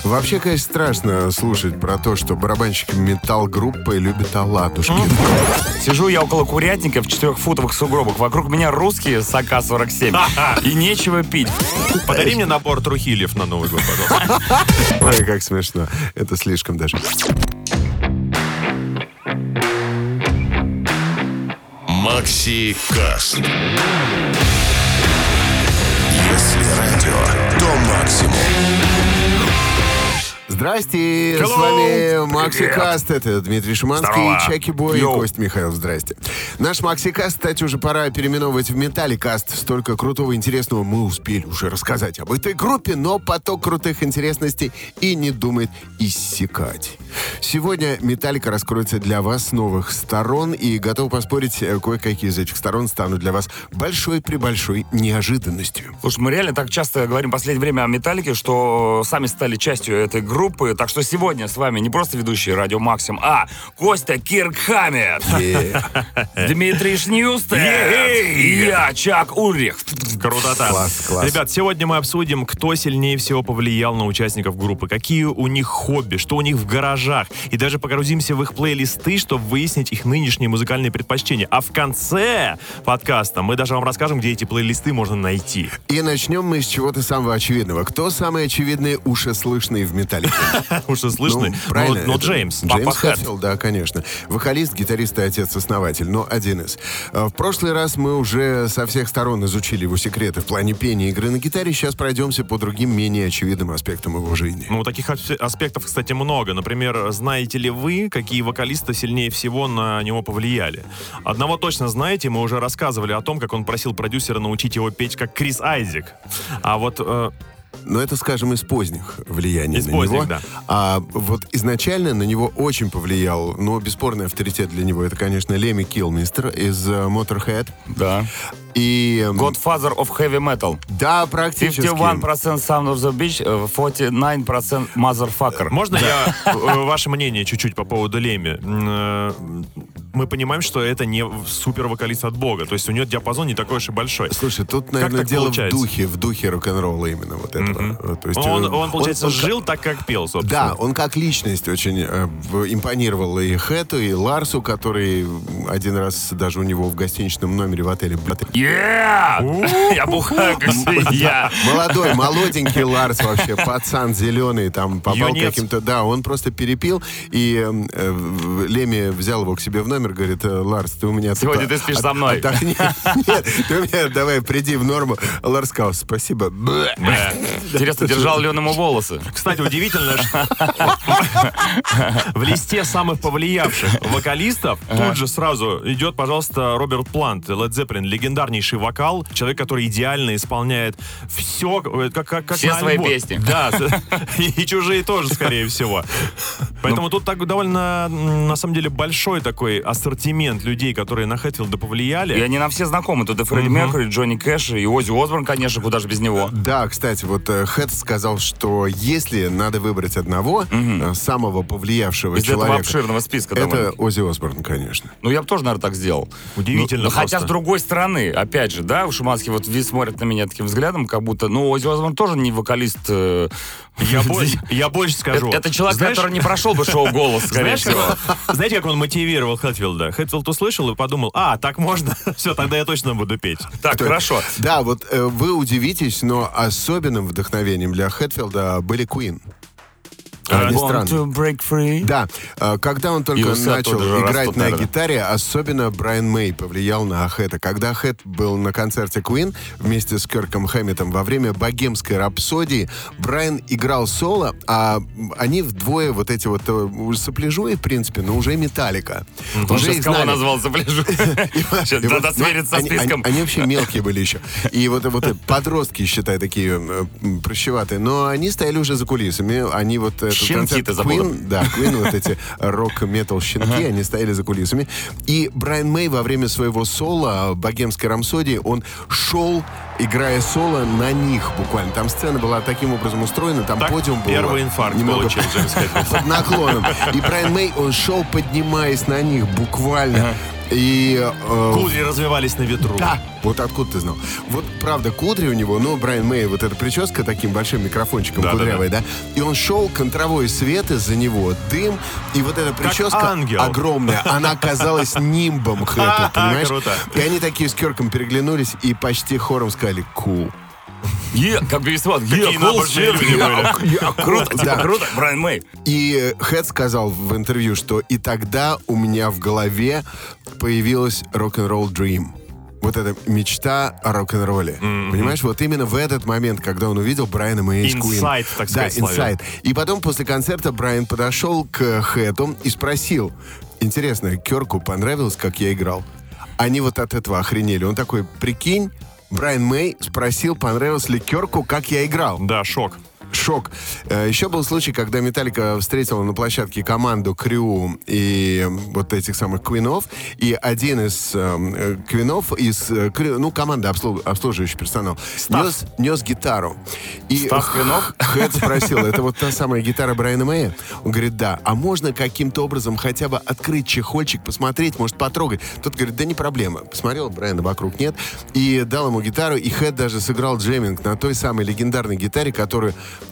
Вообще, конечно, страшно слушать про то, что барабанщики метал-группы любят оладушки. Сижу я около курятника в 4-футовых сугробах. Вокруг меня русские с АК-47. И нечего пить. Подари мне набор трухилев на Новый год, пожалуйста. Ой, как смешно. Это слишком даже. Макси Каст. Если радио, то максимум. Здрасте, с вами Макси Каст, это Дмитрий Шуманский, Чаки Бой и Кость Михайлов, здрасте. Наш Макси Каст, кстати, уже пора переименовывать в Металли Каст. Столько крутого и интересного мы успели уже рассказать об этой группе, но поток крутых интересностей и не думает иссякать. Сегодня Металлика раскроется для вас с новых сторон, и готов поспорить, кое-какие из этих сторон станут для вас большой-пребольшой неожиданностью. Слушай, мы реально так часто говорим в последнее время о Металлике, что сами стали частью этой группы. Так что сегодня с вами не просто ведущий Радио Максим, а Костя Киркхаммер, Дмитрий Шнюстер и я, Чак Ульрих. Крутота. Класс. Ребят, сегодня мы обсудим, кто сильнее всего повлиял на участников группы, какие у них хобби, что у них в гаражах, и даже погрузимся в их плейлисты, чтобы выяснить их нынешние музыкальные предпочтения. А в конце подкаста мы даже вам расскажем, где эти плейлисты можно найти. И начнем мы с чего-то самого очевидного. Кто самый очевидный ушеслышный в Металлике? Ушеслышный? Правильно. Ну, Джеймс. Джеймс Хэтфилд, да, конечно. Вокалист, гитарист и отец-основатель, но один из. В прошлый раз мы уже со всех сторон изучили его секреты в плане пения и игры на гитаре. Сейчас пройдемся по другим, менее очевидным аспектам его жизни. Ну, таких аспектов, кстати, много. Например, знаете ли вы, какие вокалисты сильнее всего на него повлияли? Одного точно знаете, мы уже рассказывали о том, как он просил продюсера научить его петь как Крис Айзек. А вот... Но это, скажем, из поздних влияний из на поздних, него. Да. А вот изначально на него очень повлиял, но бесспорный авторитет для него, это, конечно, Лемми Килмистер из Motorhead. Да. И... Godfather of Heavy Metal. Да, практически. 51% Son of the Beach, 49% Motherfucker. Можно я ваше мнение чуть-чуть по поводу Лемми? Мы понимаем, что это не супер-вокалист от бога. То есть у него диапазон не такой уж и большой. Слушай, тут, наверное, дело в духе рок-н-ролла именно вот этого. То есть, он получается, жил так, как пел, собственно. Да, он как личность очень импонировал и Хэту, и Ларсу, который один раз даже у него в гостиничном номере в отеле... Я бухаю, как свинья. Молодой, молоденький Ларс вообще, пацан зеленый, там попал каким-то... Да, он просто перепил, и Лемми взял его к себе в номер, говорит: Ларс, ты у меня... Сегодня ты спишь со мной. Нет, ты у меня давай приди в норму. Ларс сказал: спасибо. Интересно, держал ли он ему волосы? Кстати, удивительно, что в листе самых повлиявших вокалистов тут же сразу идет, пожалуйста, Роберт Плант, Led Zeppelin, легендарнейший вокал, человек, который идеально исполняет все, как все на свои альбом. песни. Да, и чужие тоже, скорее всего. Поэтому тут так довольно, на самом деле, большой такой ассортимент людей, которые на Хэтфилда повлияли. И они нам все знакомы. Тут и Фредди Меркьюри, Джонни Кэш, и Оззи Осборн, конечно, куда же без него. Да, кстати, вот Хэт сказал, что если надо выбрать одного, самого повлиявшего из человека... этого обширного списка. Это Оззи Осборн, конечно. Ну, я бы тоже, наверное, так сделал. Удивительно просто. Хотя, с другой стороны, опять же, да, Шуманский вот весь смотрит на меня таким взглядом, как будто, Оззи Осборн тоже не вокалист. Я больше скажу. Это человек, который не прошел бы шоу «Голос», скорее всего. Знаете, как он мотивировал Хэтфилда? Хэтфилд услышал и подумал: так можно? Все, тогда я точно буду петь. Так, хорошо. Да, вот вы удивитесь, но особенным вдохновением для Хэтфилда были Queen. Want to break free? Да, когда он только начал играть на гитаре, особенно Брайан Мэй повлиял на Хэта. Когда Хэт был на концерте Queen вместе с Кирком Хэмметом во время «Богемской рапсодии», Брайан играл соло, а они вдвое вот эти вот сопляжуи, в принципе, но уже Металлика. Уже их кого назвал сопляжуи? Надо свериться со списком. Они вообще мелкие были еще. И вот подростки, считай, такие прыщеватые. Но они стояли уже за кулисами. Они вот... Щенки ты забыл. Queen, вот эти рок-метал щенки, они стояли за кулисами. И Брайан Мэй во время своего соло «Богемской рапсодии» он шел, играя соло, на них буквально. Там сцена была таким образом устроена, там так подиум был первый инфаркт немного под наклоном. И Брайан Мэй, он шел, поднимаясь на них буквально. И... Кудри развивались на ветру. Да, вот откуда ты знал. Вот, правда, кудри у него, ну, Брайан Мэй, вот эта прическа таким большим микрофончиком кудрявой, да? И он шел, контровой свет из-за него, дым, и вот эта прическа огромная, она казалась нимбом Хэту, понимаешь? Круто. И они такие с Кёрком переглянулись и почти хором сказали «Cool». Как говорит Сват, круто, типа круто, Брайан Мэй. И Хэт сказал в интервью, что и тогда у меня в голове появилась рок-н-ролл dream. Вот эта мечта о рок-н-ролле. Понимаешь, вот именно в этот момент, когда он увидел Брайана Мэя из Queen. Инсайт, так сказать. Да, инсайт. И потом после концерта Брайан подошел к Хэту и спросил: интересно, Кёрку понравилось, как я играл? Они вот от этого охренели. Он такой: прикинь, Брайан Мэй спросил, понравилось ли Кёрку, как я играл. Да, шок. Шок. Еще был случай, когда Металлика встретила на площадке команду Крю и вот этих самых Квинов, и один из Квинов из Крю, ну, команды обслуживающий персонал, нес гитару. И Став Квинов? Хэт спросил: это вот та самая гитара Брайана Мэя? Он говорит: да. А можно каким-то образом хотя бы открыть чехольчик, посмотреть, может, потрогать? Тот говорит: да не проблема. Посмотрел, Брайана вокруг нет, и дал ему гитару, и Хэт даже сыграл джеминг на той самой легендарной гитаре, которую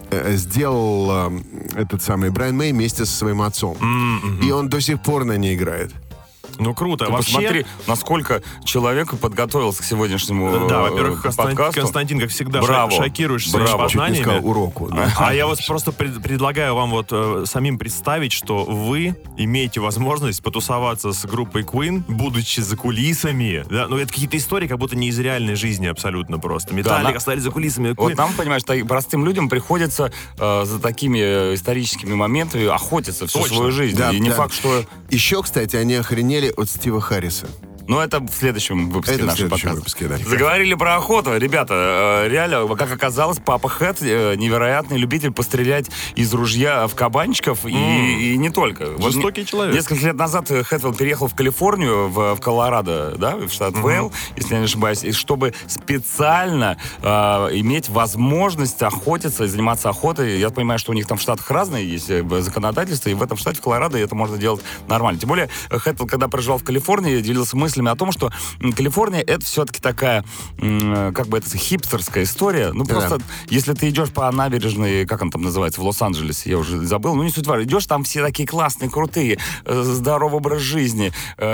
сделал этот самый Брайан Мэй вместе со своим отцом. И он до сих пор на ней играет. Ну, круто. Ты Вообще... посмотри, насколько человек подготовился к сегодняшнему Да, во-первых, подкасту. Константин, как всегда, Браво. шокируешь своими Браво. познаниями. Чуть не сказал уроку. Да. А я вот просто предлагаю вам вот самим представить, что вы имеете возможность потусоваться с группой Queen, будучи за кулисами. Да? Ну, это какие-то истории, как будто не из реальной жизни абсолютно просто. Металлика остались за кулисами. Queen. Вот нам, понимаешь, простым людям приходится за такими историческими моментами охотиться всю свою жизнь. Да, и не да. факт, что... Еще, кстати, они охренели от Стива Харриса. Но это в следующем выпуске нашего подкаста. Выпуске, да. Заговорили про охоту. Ребята, реально, как оказалось, папа Хэт невероятный любитель пострелять из ружья в кабанчиков и не только. Жестокий человек. Несколько лет назад Хэтфилд переехал в Калифорнию, в Колорадо, да, в штат Вейл, если я не ошибаюсь, и чтобы специально иметь возможность охотиться и заниматься охотой. Я понимаю, что у них там в Штатах разные есть законодательства, и в этом штате, в Колорадо, это можно делать нормально. Тем более, Хэтфилд, когда проживал в Калифорнии, делился мыслями о том, что Калифорния — это все-таки такая, как бы это сказать, хипстерская история. Ну, просто, если ты идешь по набережной, как он там называется, в Лос-Анджелесе, я уже забыл, ну, не суть важно, идешь, там все такие классные, крутые, здоровый образ жизни,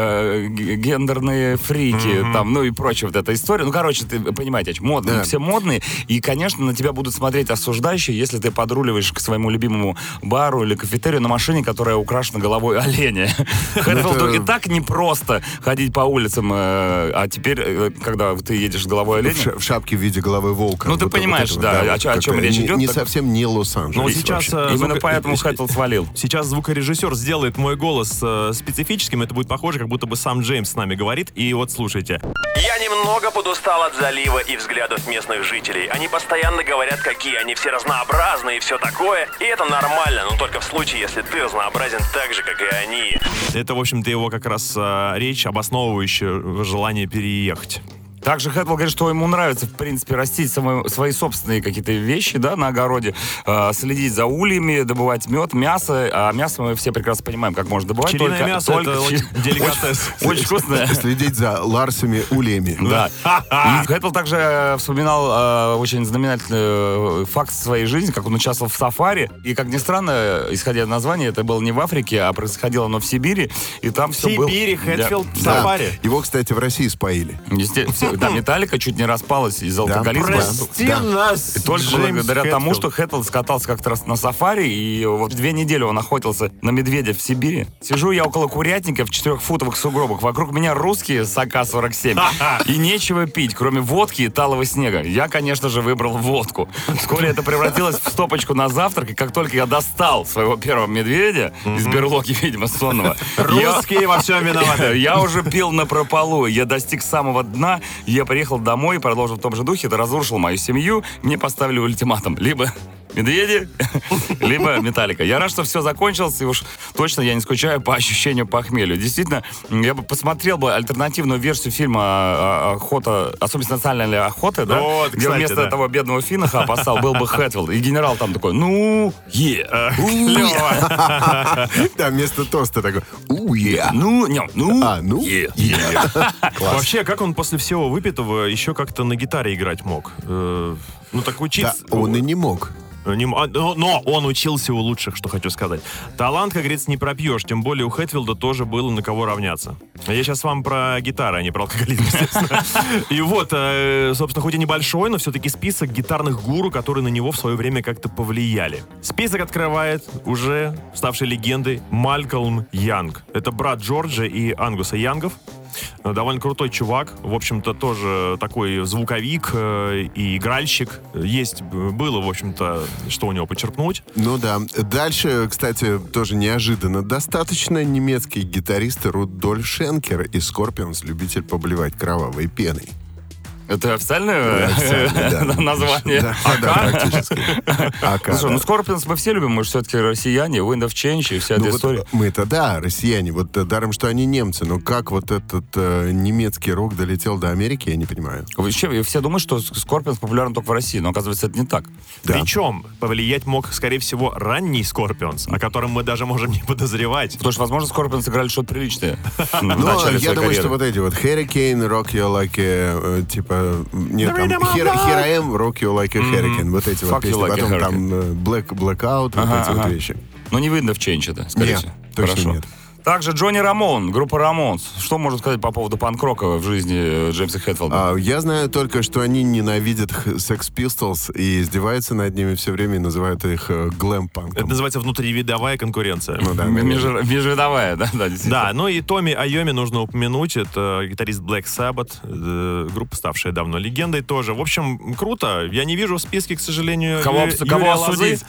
гендерные фрики, там, ну, и прочая вот эта история. Ну, короче, ты понимаете, модные, все модные, и, конечно, на тебя будут смотреть осуждающие, если ты подруливаешь к своему любимому бару или кафетерию на машине, которая украшена головой оленя. Хэтфилду и так непросто ходить по улицам, а теперь, когда ты едешь с головой оленя... В шапке в виде головы волка. Ну, ты вот понимаешь, вот да, о чем речь идет. Не совсем не Лос-Анджелес. Ну, сейчас... Именно поэтому Хэтфилд свалил. Сейчас звукорежиссер сделает мой голос специфическим, это будет похоже, как будто бы сам Джеймс с нами говорит, и вот слушайте. Я немного подустал от залива и взглядов местных жителей. Они постоянно говорят, какие они все разнообразные и все такое, и это нормально, но только в случае, если ты разнообразен так же, как и они. Это, в общем-то, его как раз речь, обосновывающая желание переехать. Также Хэтфилд говорит, что ему нравится, в принципе, растить свои собственные какие-то вещи, да, на огороде, следить за ульями, добывать мед, мясо. А мясо мы все прекрасно понимаем, как можно добывать. Пчелиное мясо — это деликатес. Очень вкусное. Следить за ларсами ульями. Да. И Хэтфилд также вспоминал очень знаменательный факт своей жизни, как он участвовал в сафари. И, как ни странно, исходя из названия, это было не в Африке, а происходило оно в Сибири. И там все было... В Сибири Хэтфилд в сафари. Его, кстати, в России споили. Естественно. Да, Металлика чуть не распалась из-за алкоголизма. Прости нас, И только Джеймс благодаря тому, Хэтфилд. что Хэтфилд скатался как-то раз на сафари, и вот 2 недели он охотился на медведя в Сибири. Сижу я около курятника в 4-футовых сугробах. Вокруг меня русские с АК-47. И нечего пить, кроме водки и талого снега. Я, конечно же, выбрал водку. Вскоре это превратилось в стопочку на завтрак, и как только я достал своего первого медведя из берлоги, видимо, сонного, Русские во всем виноваты. я уже пил напропалу. Я достиг самого дна. Я приехал домой и продолжил в том же духе. Это разрушило мою семью. Мне поставили ультиматум. Либо Медведи, либо Металлика. Я рад, что все закончилось, и уж точно я не скучаю по ощущению похмелью. Действительно, я бы посмотрел бы альтернативную версию фильма «Охота», особенно «Национальная охота», да? Вот, где вместо того бедного Финнаха опасал был бы Хэтфилд. И генерал там такой, Да, вместо тоста такой, Вообще, как он после всего выпитого еще как-то на гитаре играть мог? Так учиться... Да, он и не мог. Но он учился у лучших, что хочу сказать. Талант, как говорится, не пропьешь. Тем более у Хэтфилда тоже было на кого равняться. Я сейчас вам про гитары, а не про алкоголизм, естественно. И вот, собственно, хоть и небольшой, но все-таки список гитарных гуру, которые на него в свое время как-то повлияли. Список открывает уже ставший легендой Малькольм Янг. Это брат Джорджа и Ангуса Янгов. Довольно крутой чувак, в общем-то, тоже такой звуковик и игральщик. Было, в общем-то, что у него почерпнуть. Ну да. Дальше, кстати, тоже неожиданно достаточно немецкий гитарист Рудольф Шенкер из Scorpions, любитель поблевать кровавой пеной. Это официальное название? Да, практически. Слушай, Scorpions мы все любим, мы же все-таки россияне, Wind of Change и вся эта история. Мы-то, да, россияне, вот даром, что они немцы, но как вот этот немецкий рок долетел до Америки, я не понимаю. Вообще, все думают, что Scorpions популярен только в России, но оказывается, это не так. Причем повлиять мог, скорее всего, ранний Scorpions, о котором мы даже можем не подозревать. Потому что, возможно, Scorpions играли что-то приличное. Ну, я думаю, что вот эти вот Hurricane, Rock You Like, типа, нет, там Here I Am, Rock You Like a Hurricane, вот эти вот песни, потом там Blackout, вот эти вот вещи. Но не видно в Change это, скорее всего. Точно нет. Также Джонни Рамон, группа Рамонс. Что можно сказать по поводу панк-рока в жизни Джеймса Хэтфилда? Я знаю только, что они ненавидят Sex Pistols и издеваются над ними все время и называют их глэм-панком. Это называется внутривидовая конкуренция. Ну да, межвидовая, да, действительно. Да, ну и Томми Айоми нужно упомянуть. Это гитарист Black Sabbath, группа, ставшая давно легендой тоже. В общем, круто. Я не вижу в списке, к сожалению, кого обсудить?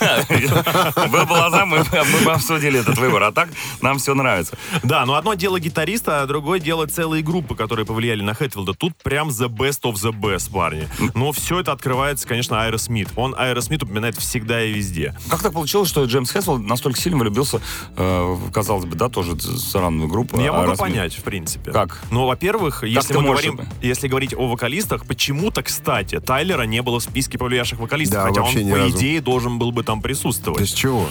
Был бы Лоза, мы бы обсудили этот выбор. А так нам все нравится. Да, но одно дело гитариста, а другое дело целые группы, которые повлияли на Хэтфилда. Тут прям the best of the best, парни. Но все это открывается, конечно, Aerosmith. Он Aerosmith упоминает всегда и везде. Как так получилось, что Джеймс Хэтфилд настолько сильно влюбился, казалось бы, да, тоже странную группу? Я могу понять, в принципе. Как? Ну, во-первых, если говорить о вокалистах, почему-то, кстати, Тайлера не было в списке повлиявших вокалистов, хотя он, по идее, должен был бы там присутствовать. Да с чего?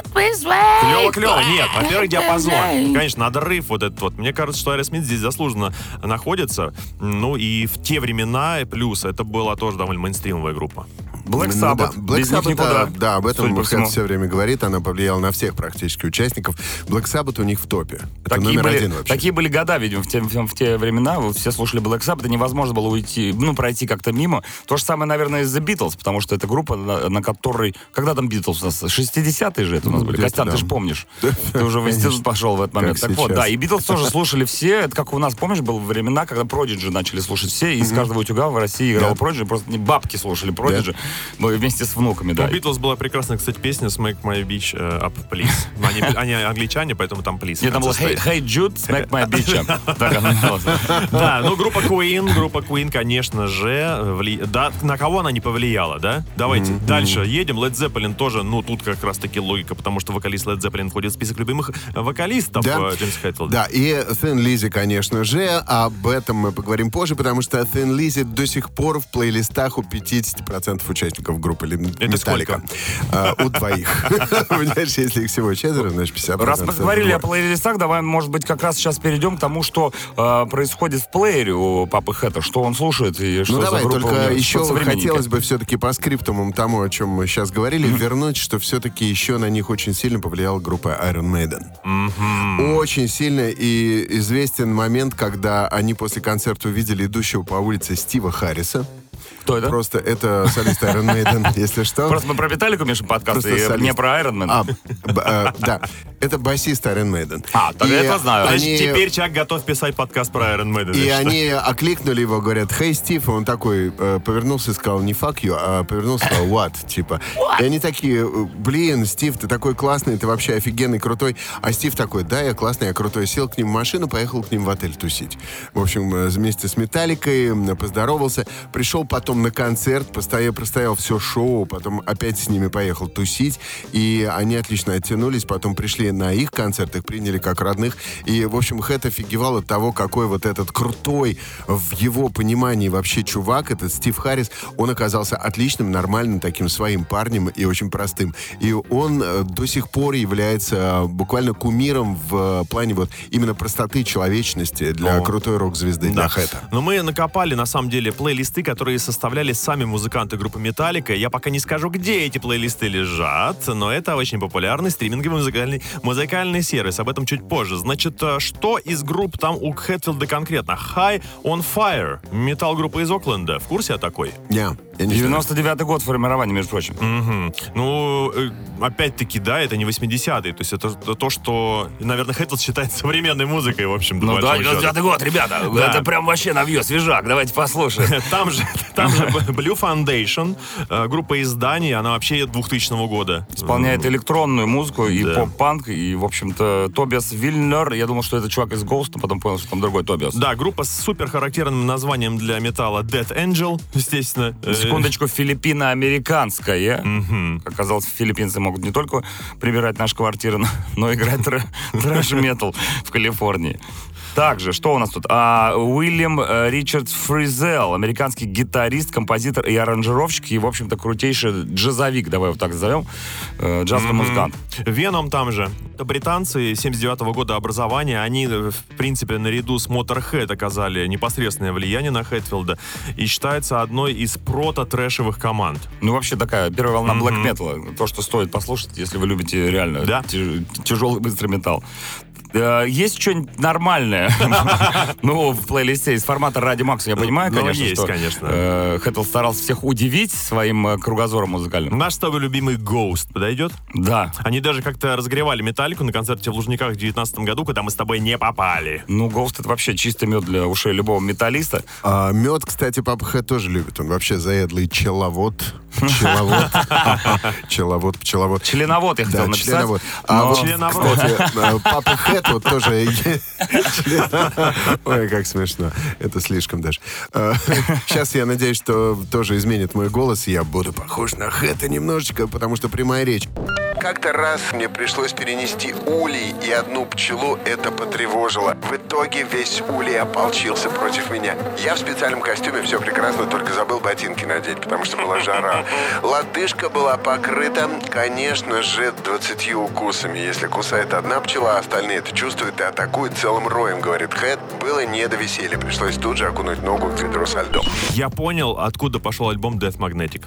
Клево. Нет, во-первых, диапазон. Конечно, надрыв вот этот вот. Мне кажется, что Aerosmith здесь заслуженно находится. Ну и в те времена, плюс, это была тоже довольно мейнстримовая группа. Black Sabbath. Black Sabbath, да, об этом Хэт все время говорит. Она повлияла на всех практически участников. Black Sabbath у них в топе. Это номер один вообще. Такие были года, видимо, в те времена. Вот все слушали Black Sabbath, и невозможно было пройти как-то мимо. То же самое, наверное, из The Beatles, потому что это группа, на которой... Когда там Beatles у нас? 60-е же это у нас были. Костян, ты же помнишь. Ты уже в институт пошел в этот момент. Так вот, да, и Beatles тоже слушали все. Это как у нас, помнишь, было времена, когда Prodigy начали слушать все, и из каждого утюга в России играл Prodigy, просто не бабки слушали Prodigy. Вместе с внуками, да. У Beatles была прекрасная, кстати, песня «Smack My Bitch Up, Please». Они англичане, поэтому там «Please». Нет, там было «Hey Jude, Smack My Bitch Up». Так она называлась. Да, ну группа Queen, конечно же, да, на кого она не повлияла, да? Давайте дальше едем. Led Zeppelin тоже, ну тут как раз-таки логика, потому что вокалист Led Zeppelin входит в список любимых вокалистов Джеймса Хэтфилда. Да, и Thin Lizzy, конечно же, об этом мы поговорим позже, потому что Thin Lizzy до сих пор в плейлистах у 50% участников группы Металлика. У двоих. Понимаешь, если их всего 4, значит 50%. Раз мы говорили о плейлистах, давай, может быть, как раз сейчас перейдем к тому, что происходит в плеере у Папы Хэта, что он слушает и что за группа. Только еще хотелось бы все-таки по скриптумам тому, о чем мы сейчас говорили, вернуть, что все-таки еще на них очень сильно повлияла группа Iron Maiden. Очень сильно, и известен момент, когда они после концерта увидели идущего по улице Стива Харриса. Кто это? Просто это солист Iron Maiden, если что. Просто мы про Металлику пишем подкаст, и не про Iron Man. Да, это басист Iron Maiden. Тогда я это знаю. Значит, теперь Чак готов писать подкаст про Iron Maiden. И они окликнули его, говорят, «Hey, Стив», и он такой повернулся и сказал не «fuck you», а повернулся и сказал «what», типа. И они такие, блин, Стив, ты такой классный, ты вообще офигенный, крутой. А Стив такой, да, я классный, я крутой. Сел к ним в машину, поехал к ним в отель тусить. В общем, вместе с Металликой поздоровался. Пришел потом потом на концерт, простоял все шоу, потом опять с ними поехал тусить, и они отлично оттянулись, потом пришли на их концерт, их приняли как родных, и, в общем, Хэт офигевал от того, какой вот этот крутой в его понимании вообще чувак, этот Стив Харрис, он оказался отличным, нормальным таким своим парнем и очень простым. И он до сих пор является буквально кумиром в плане вот именно простоты, человечности для крутой рок-звезды, для Хэта. Но мы накопали, на самом деле, плейлисты, которые составляли сами музыканты группы Metallica. Я пока не скажу, где эти плейлисты лежат, но это очень популярный стриминговый музыкальный сервис. Об этом чуть позже. Значит, что из групп там у Хэтфилда конкретно? High on Fire. Металл-группа из Окленда. В курсе о такой? Я не 99-й год формирования, между прочим. Ну, опять-таки, да, это не 80-е. То есть это то, что, наверное, Хэтфилд считает современной музыкой, в общем. Ну да, 99-й год, ребята. Да. Это прям вообще навье, свежак. Давайте послушаем. Там же Blue Foundation, группа из Дании, она вообще 2000 года. Исполняет электронную музыку и поп-панк, и, в общем-то, Тобиас Вильнер. Я думал, что это чувак из Ghost, но потом понял, что там другой Тобиас. Да, группа с супер характерным названием для металла Death Angel, естественно. Секундочку, филиппино-американская. Оказалось, филиппинцы могут не только прибирать наши квартиры, но и играть трэш-метал в Калифорнии. Также, что у нас тут? Уильям Ричард Фризел, американский гитарист, композитор и аранжировщик, и, в общем-то, крутейший джазовик, давай его так назовем, джазовый музыкант. Веном там же. Это британцы 79-го года образования, они, в принципе, наряду с Motorhead оказали непосредственное влияние на Хэтфилда и считается одной из прото-трэшевых команд. Ну, вообще такая первая волна блэк-металла, то, что стоит послушать, если вы любите реально тяжелый быстрый металл. Есть что-нибудь нормальное? Ну, в плейлисте из формата Радио Максимум, я понимаю, конечно, есть, что Хэтфилд старался всех удивить своим кругозором музыкальным. Наш с тобой любимый Ghost подойдет? Да. Они даже как-то разогревали Металлику на концерте в Лужниках в 2019 году, когда мы с тобой не попали. Ну, Ghost — это вообще чистый мед для ушей любого металлиста. Мед, кстати, папа Хэт тоже любит. Он вообще заядлый пчеловод. Пчеловод. Членовод, я хотел написать. Членовод. Кстати, папа Хэт вот тоже... Ой, как смешно. Это слишком даже. Сейчас я надеюсь, что тоже изменит мой голос, и я буду похож на Хэта немножечко, потому что прямая речь. Как-то раз мне пришлось перенести улей, и одну пчелу это потревожило. В итоге весь улей ополчился против меня. Я в специальном костюме, все прекрасно, только забыл ботинки надеть, потому что была жара. Лодыжка была покрыта, конечно же, 20 укусами. Если кусает одна пчела, остальные это чувствуют и атакуют целым роем, говорит Хэт. Было не до веселья, пришлось тут же окунуть ногу в ведро со льдом. Я понял, откуда пошел альбом Death Magnetic.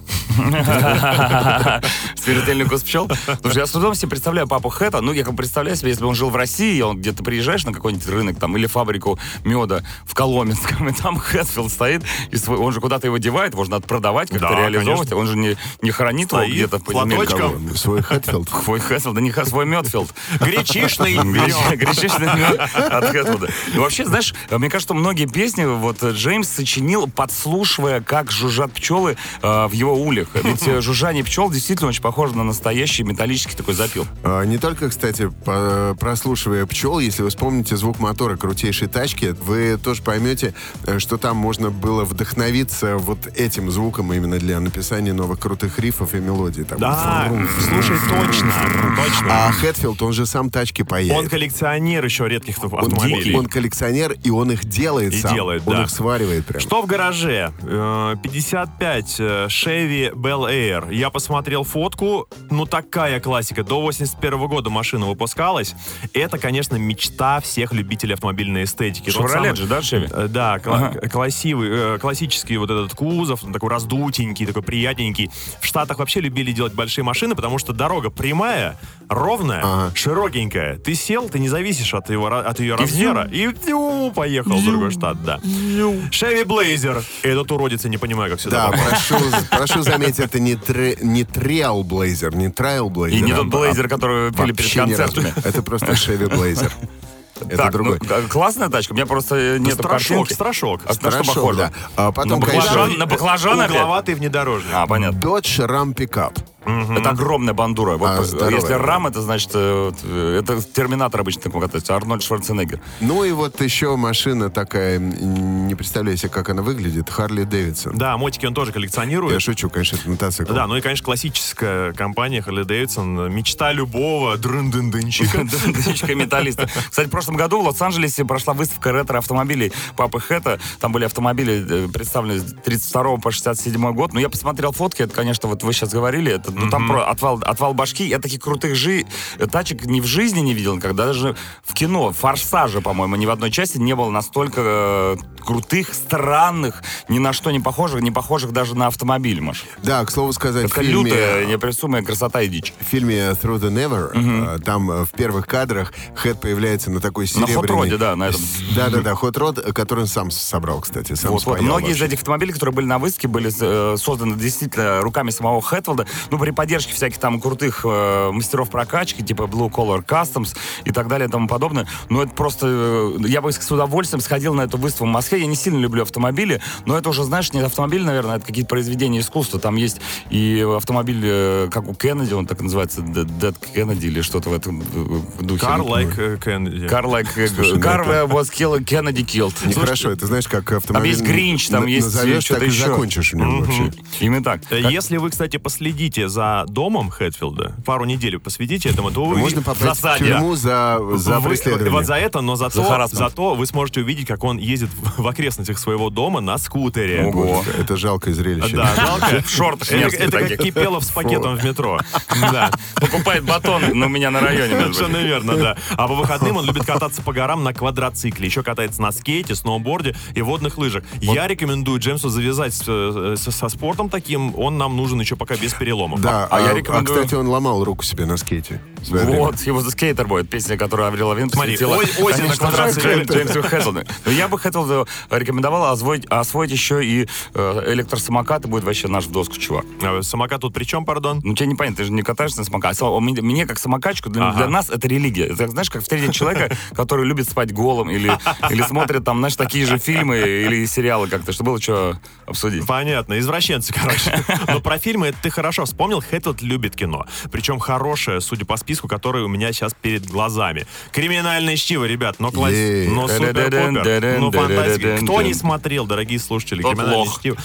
Смертельный укус пчел? Слушай, я с трудом себе представляю папу Хэта. Ну, я как представляю себе, если бы он жил в России, он где-то приезжаешь на какой-нибудь рынок там или фабрику меда в Коломенском, и там Хэтфилд стоит, и он же куда-то его девает, его же надо продавать, как-то реализовывать. Конечно. Он же не хранит его где-то в подземелье. Свой Хэтфилд. Свой Хэтфилд, да не свой Медфилд. Гречишный мед от Хэтфилда. И вообще, знаешь, мне кажется, что многие песни вот Джеймс сочинил, подслушивая, как жужжат пчелы в его ульях. Ведь жужжание пчел действительно очень похоже на настоящий металлический такой запил. Не только, кстати, прослушивая пчел, если вы вспомните звук мотора крутейшей тачки, вы тоже поймете, что там можно было вдохновиться вот этим звуком именно для написания новых крутых рифов и мелодий. Там, да, слушай, точно. А Хэтфилд, он же сам тачки паяет. Он коллекционер еще редких автомобилей. Он коллекционер, и он их делает сам. Он их сваривает прям. Что в гараже? 55 Chevy Bel Air. Я посмотрел фотку, ну такая классика. До 81 года машина выпускалась. Это, конечно, мечта всех любителей автомобильной эстетики. Шевролет же, да, Chevy? Да, классический вот этот кузов, он такой раздутенький, такой приятненький. В Штатах вообще любили делать большие машины, потому что дорога прямая, ровная, широкенькая. Ты сел, ты не зависишь от ее размера, и поехал в другой штат, да. Chevy Blazer. Этот уродец, я не понимаю, как сюда. Да, прошу заметить, это не Trailblazer, не Trailblazer. И не тот Blazer, который пили перед концертами. Это просто Chevy Blazer. Это так, другой. Ну, классная тачка, у меня просто нет картинки. Страшок. А на что похоже? Да. Потом, на баклажаны? Угловатый внедорожник. Понятно. Dodge Ram Pickup. Это огромная бандура. Вот, здоровая, если да. рам, это значит, это терминатор обычно такой катается, Арнольд Шварценеггер. Ну и вот еще машина такая, не представляю себе, как она выглядит, Харли Дэвидсон. Да, мотики он тоже коллекционирует. Я шучу, конечно, это мотоцикл. Да, ну и, конечно, классическая компания Harley Davidson, мечта любого дрын-дын-дынчика. Металлиста. Кстати, в прошлом году в Лос-Анджелесе прошла выставка ретро-автомобилей Папы Хэта. Там были автомобили представлены с 32 по 67 год. Но я посмотрел фотки, это, конечно, вот вы сейчас говорили, это, ну, там отвал башки. Я таких крутых тачек ни в жизни не видел никогда. Даже в кино, «Форсаже», по-моему, ни в одной части не было настолько крутых, странных, ни на что не похожих даже на автомобиль, Маш. Да, к слову сказать, Это лютая, неописуемая красота и дичь. в фильме Through the Never, там в первых кадрах Хэт появляется на такой серебряной... На хот-роде, да, на этом. Да-да-да, хот-род, который он сам собрал, кстати, сам спаял Многие вообще. из этих автомобилей, которые были на выставке, были созданы действительно руками самого Хэтфилда, ну, при поддержке всяких там крутых мастеров прокачки, типа Blue Collar Customs и так далее и тому подобное. Но это просто... я бы с удовольствием сходил на эту выставку в Москве. Я не сильно люблю автомобили, но это уже, знаешь, не автомобиль, наверное, это какие-то произведения искусства. Там есть и автомобиль, как у Кеннеди, он так и называется, Dead Kennedy или что-то в этом духе. Car like Kennedy. Car was killed, Kennedy killed. Нехорошо, это знаешь, как автомобиль... Там есть Гринч, там есть назовешь, что-то так и еще. закончишь в нем вообще. Именно так. Если вы, кстати, последите за домом Хэтфилда, пару недель посвятите этому, то вы Можно попасть в тюрьму за преследование. Вот за это, но За харассмент. зато вы сможете увидеть, как он ездит в окрестностях своего дома на скутере. Ого. Это жалкое зрелище. Да, жалко. В шортах Это мерзких как таких. Кипелов с пакетом в метро. Да. Покупает батон, но у меня на районе. между прочим. Совершенно верно, да. А по выходным он любит кататься по горам на квадроцикле. Еще катается на скейте, сноуборде и водных лыжах. Я рекомендую Джеймсу завязать со спортом таким. Он нам нужен еще пока без переломов. Да, я рекомендую- кстати, он ломал руку себе на скейте. в свое время. Вот, его скейтер будет, песня, которую Аврил Лавин Смотри, посвятила. осень на квадроцикле. Джеймсу Хэттелду. Но я бы рекомендовал освоить еще и электросамокат, и будет вообще наш в доску, чувак. Самокат тут при чем, пардон? Ну, тебе не понятно, ты же не катаешься на самокате. Мне как самокатчику, для нас это религия. Это, знаешь, как встретить человека, который любит спать голым, или смотрит там, знаешь, такие же фильмы или сериалы как-то, чтобы было что обсудить. Понятно, извращенцы, короче. Но про фильмы это ты хорошо вспомнил. Хэттфилд любит кино. Причем хорошее, судя по списку, который у меня сейчас перед глазами. «Криминальное чтиво», ребят, но супер-пупер, но фантастика. Кто не смотрел, дорогие слушатели, Тот «Криминальное лох. чтиво»?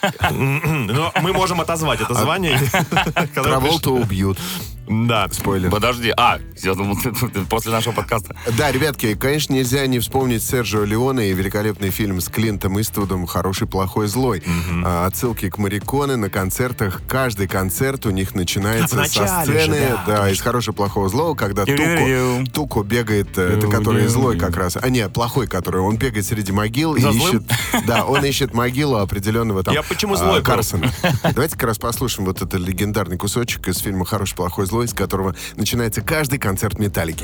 Но мы можем отозвать это звание. когда Траволту убьют. Да. Спойлер. Подожди, я думал, после нашего подкаста. Да, ребятки, конечно, нельзя не вспомнить Серджио Леоне и великолепный фильм с Клинтом Иствудом «Хороший, плохой, злой». Отсылки к Морриконе на концертах. Каждый концерт у них начинается Вначале со сцены, же, да, из «Хорошего, плохого, злого», когда Туко бегает, это который злой как раз, плохой, который, он бегает среди могил и ищет, да, он ищет могилу определенного там Я почему злой был? Карсона. Давайте как раз послушаем вот этот легендарный кусочек из фильма «Хороший, плохой, злой», с которого начинается каждый концерт «Металлики».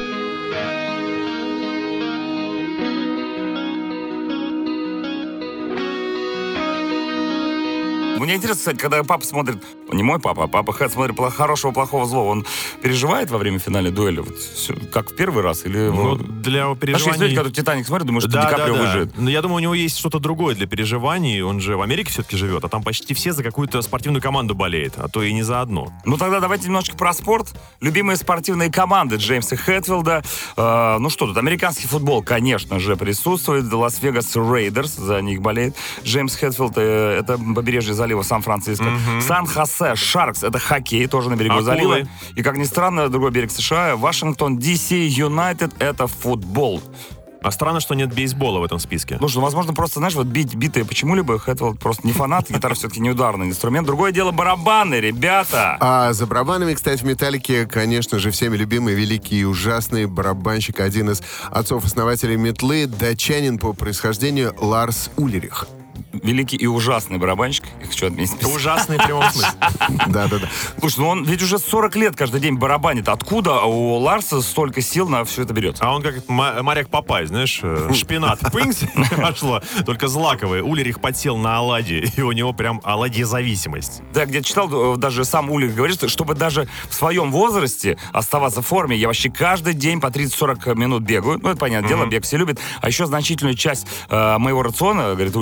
Мне интересно, кстати, когда папа смотрит, не мой папа, а папа Хэт смотрит «Хорошего, плохого, злого», он переживает во время финальной дуэли? Вот, как в первый раз? Или... Ну, для Знаешь, есть люди, переживаний... когда «Титаник» смотрят, думают, что Ди Каприо выживет. Но я думаю, у него есть что-то другое для переживаний. Он же в Америке все-таки живет, а там почти все за какую-то спортивную команду болеют, а то и не за одну. Ну, тогда давайте немножко про спорт. Любимые спортивные команды Джеймса Хэтфилда. Ну что тут, американский футбол, конечно же, присутствует. Лас-Вегас Рейдерс, за них болеет Джеймс Хэтфилд. Это побережье залива Сан-Франциско. Сан-Хосе Шаркс, это хоккей, тоже на берегу Акулы. залива. И, как ни странно, другой берег США, Вашингтон, Ди-Си Юнайтед, это футбол. А странно, что нет бейсбола в этом списке. Слушай, возможно, просто, знаешь, вот битые почему-либо, Хэтфилд просто не фанат, гитара все-таки не ударный инструмент. Другое дело барабаны, ребята. А за барабанами, кстати, в «Металлике», конечно же, всеми любимый, великий и ужасный барабанщик, один из отцов-основателей метлы, датчанин по происхождению Ларс Ульрих. Великий и ужасный барабанщик. Я хочу отметить. Ужасный в прямом смысле. Да-да-да. Слушай, ну он ведь уже 40 лет каждый день барабанит. Откуда у Ларса столько сил на все это берет? А он как моряк Папай, знаешь, шпинат. Пынсь, пошло. Только злаковый. Ульрих подсел на оладьи, и у него прям оладьезависимость. Да, я где-то читал, даже сам Ульрих говорит, что чтобы даже в своем возрасте оставаться в форме, я вообще каждый день по 30-40 минут бегаю. Ну, это понятное дело, бег все любят. А еще значительную часть моего рациона, говорит Ульрих, составляет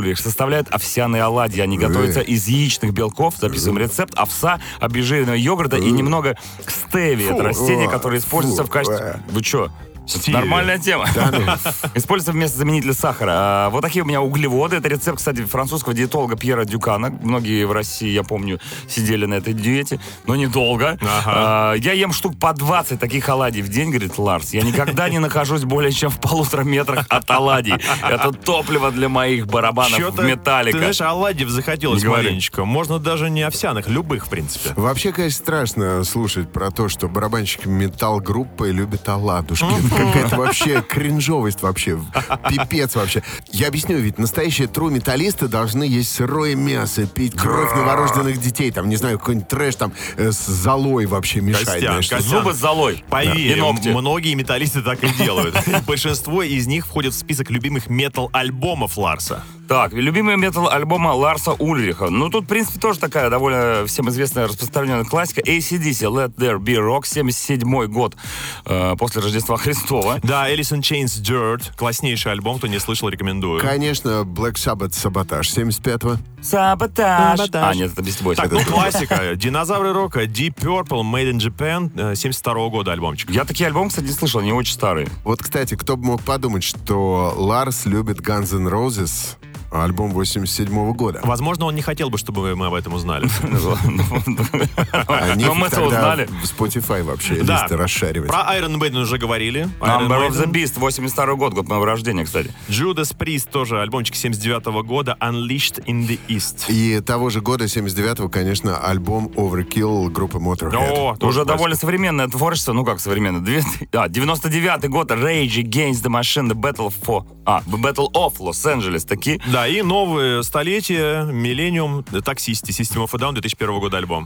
представляют овсяные оладьи. Они готовятся из яичных белков. Записываем рецепт. Овса, обезжиренного йогурта и немного стевии. Это растение, которое используется в качестве... Вы что? Нормальная тема. Используется вместо заменителя сахара. Вот такие у меня углеводы. Это рецепт, кстати, французского диетолога Пьера Дюкана. Многие в России, я помню, сидели на этой диете, но недолго. Я ем штук по 20 таких оладий в день, говорит Ларс. Я никогда не нахожусь более чем в 1,5 метрах от оладий. Это топливо для моих барабанов в Металлика. Ты знаешь, оладьев захотелось маленечко. Можно даже не овсяных, любых, в принципе. Вообще, конечно, страшно слушать про то, что барабанщики металл-группы любят оладушки. Какая-то вообще кринжовость вообще. Пипец вообще. Я объясню, ведь настоящие тру-металлисты должны есть сырое мясо, пить кровь новорожденных детей, там, не знаю, какой-нибудь трэш там с золой вообще мешать. Костян, зубы с золой. Поверь, многие металлисты так и делают. Большинство из них входят в список любимых метал-альбомов Ларса. Так, любимый метал-альбома Ларса Ульриха. Ну, тут, в принципе, тоже такая довольно всем известная распространенная классика. AC/DC, Let There Be Rock, 77-й год после Рождества Христова. Да, Alice in Chains, Dirt, класснейший альбом, кто не слышал, рекомендую. Конечно, Black Sabbath, Саботаж, 75-го. Саботаж. А, нет, это Beastie Boys. Так, классика. Динозавры рока, Deep Purple, Made in Japan, 72-го года альбомчик. Я такие альбомы, кстати, не слышал, они очень старые. Вот, кстати, кто бы мог подумать, что Ларс любит Guns N' Roses, альбом 87-го года. Возможно, он не хотел бы, чтобы мы об этом узнали. Но мы это узнали. В Spotify вообще листы расшаривать. Про Iron Maiden уже говорили. Number of the Beast, 82-й год моего рождения, кстати. Judas Priest тоже альбомчик 79-го года, Unleashed in the East. И того же года, 79-го, конечно, альбом Overkill группы Motorhead. Уже довольно современное творчество, ну как современное, 99-й год, Rage Against the Machine, The Battle of Los Angeles, такие. Да, и новые столетия, Millennium, Toxicity, System of a Down, 2001 года альбом.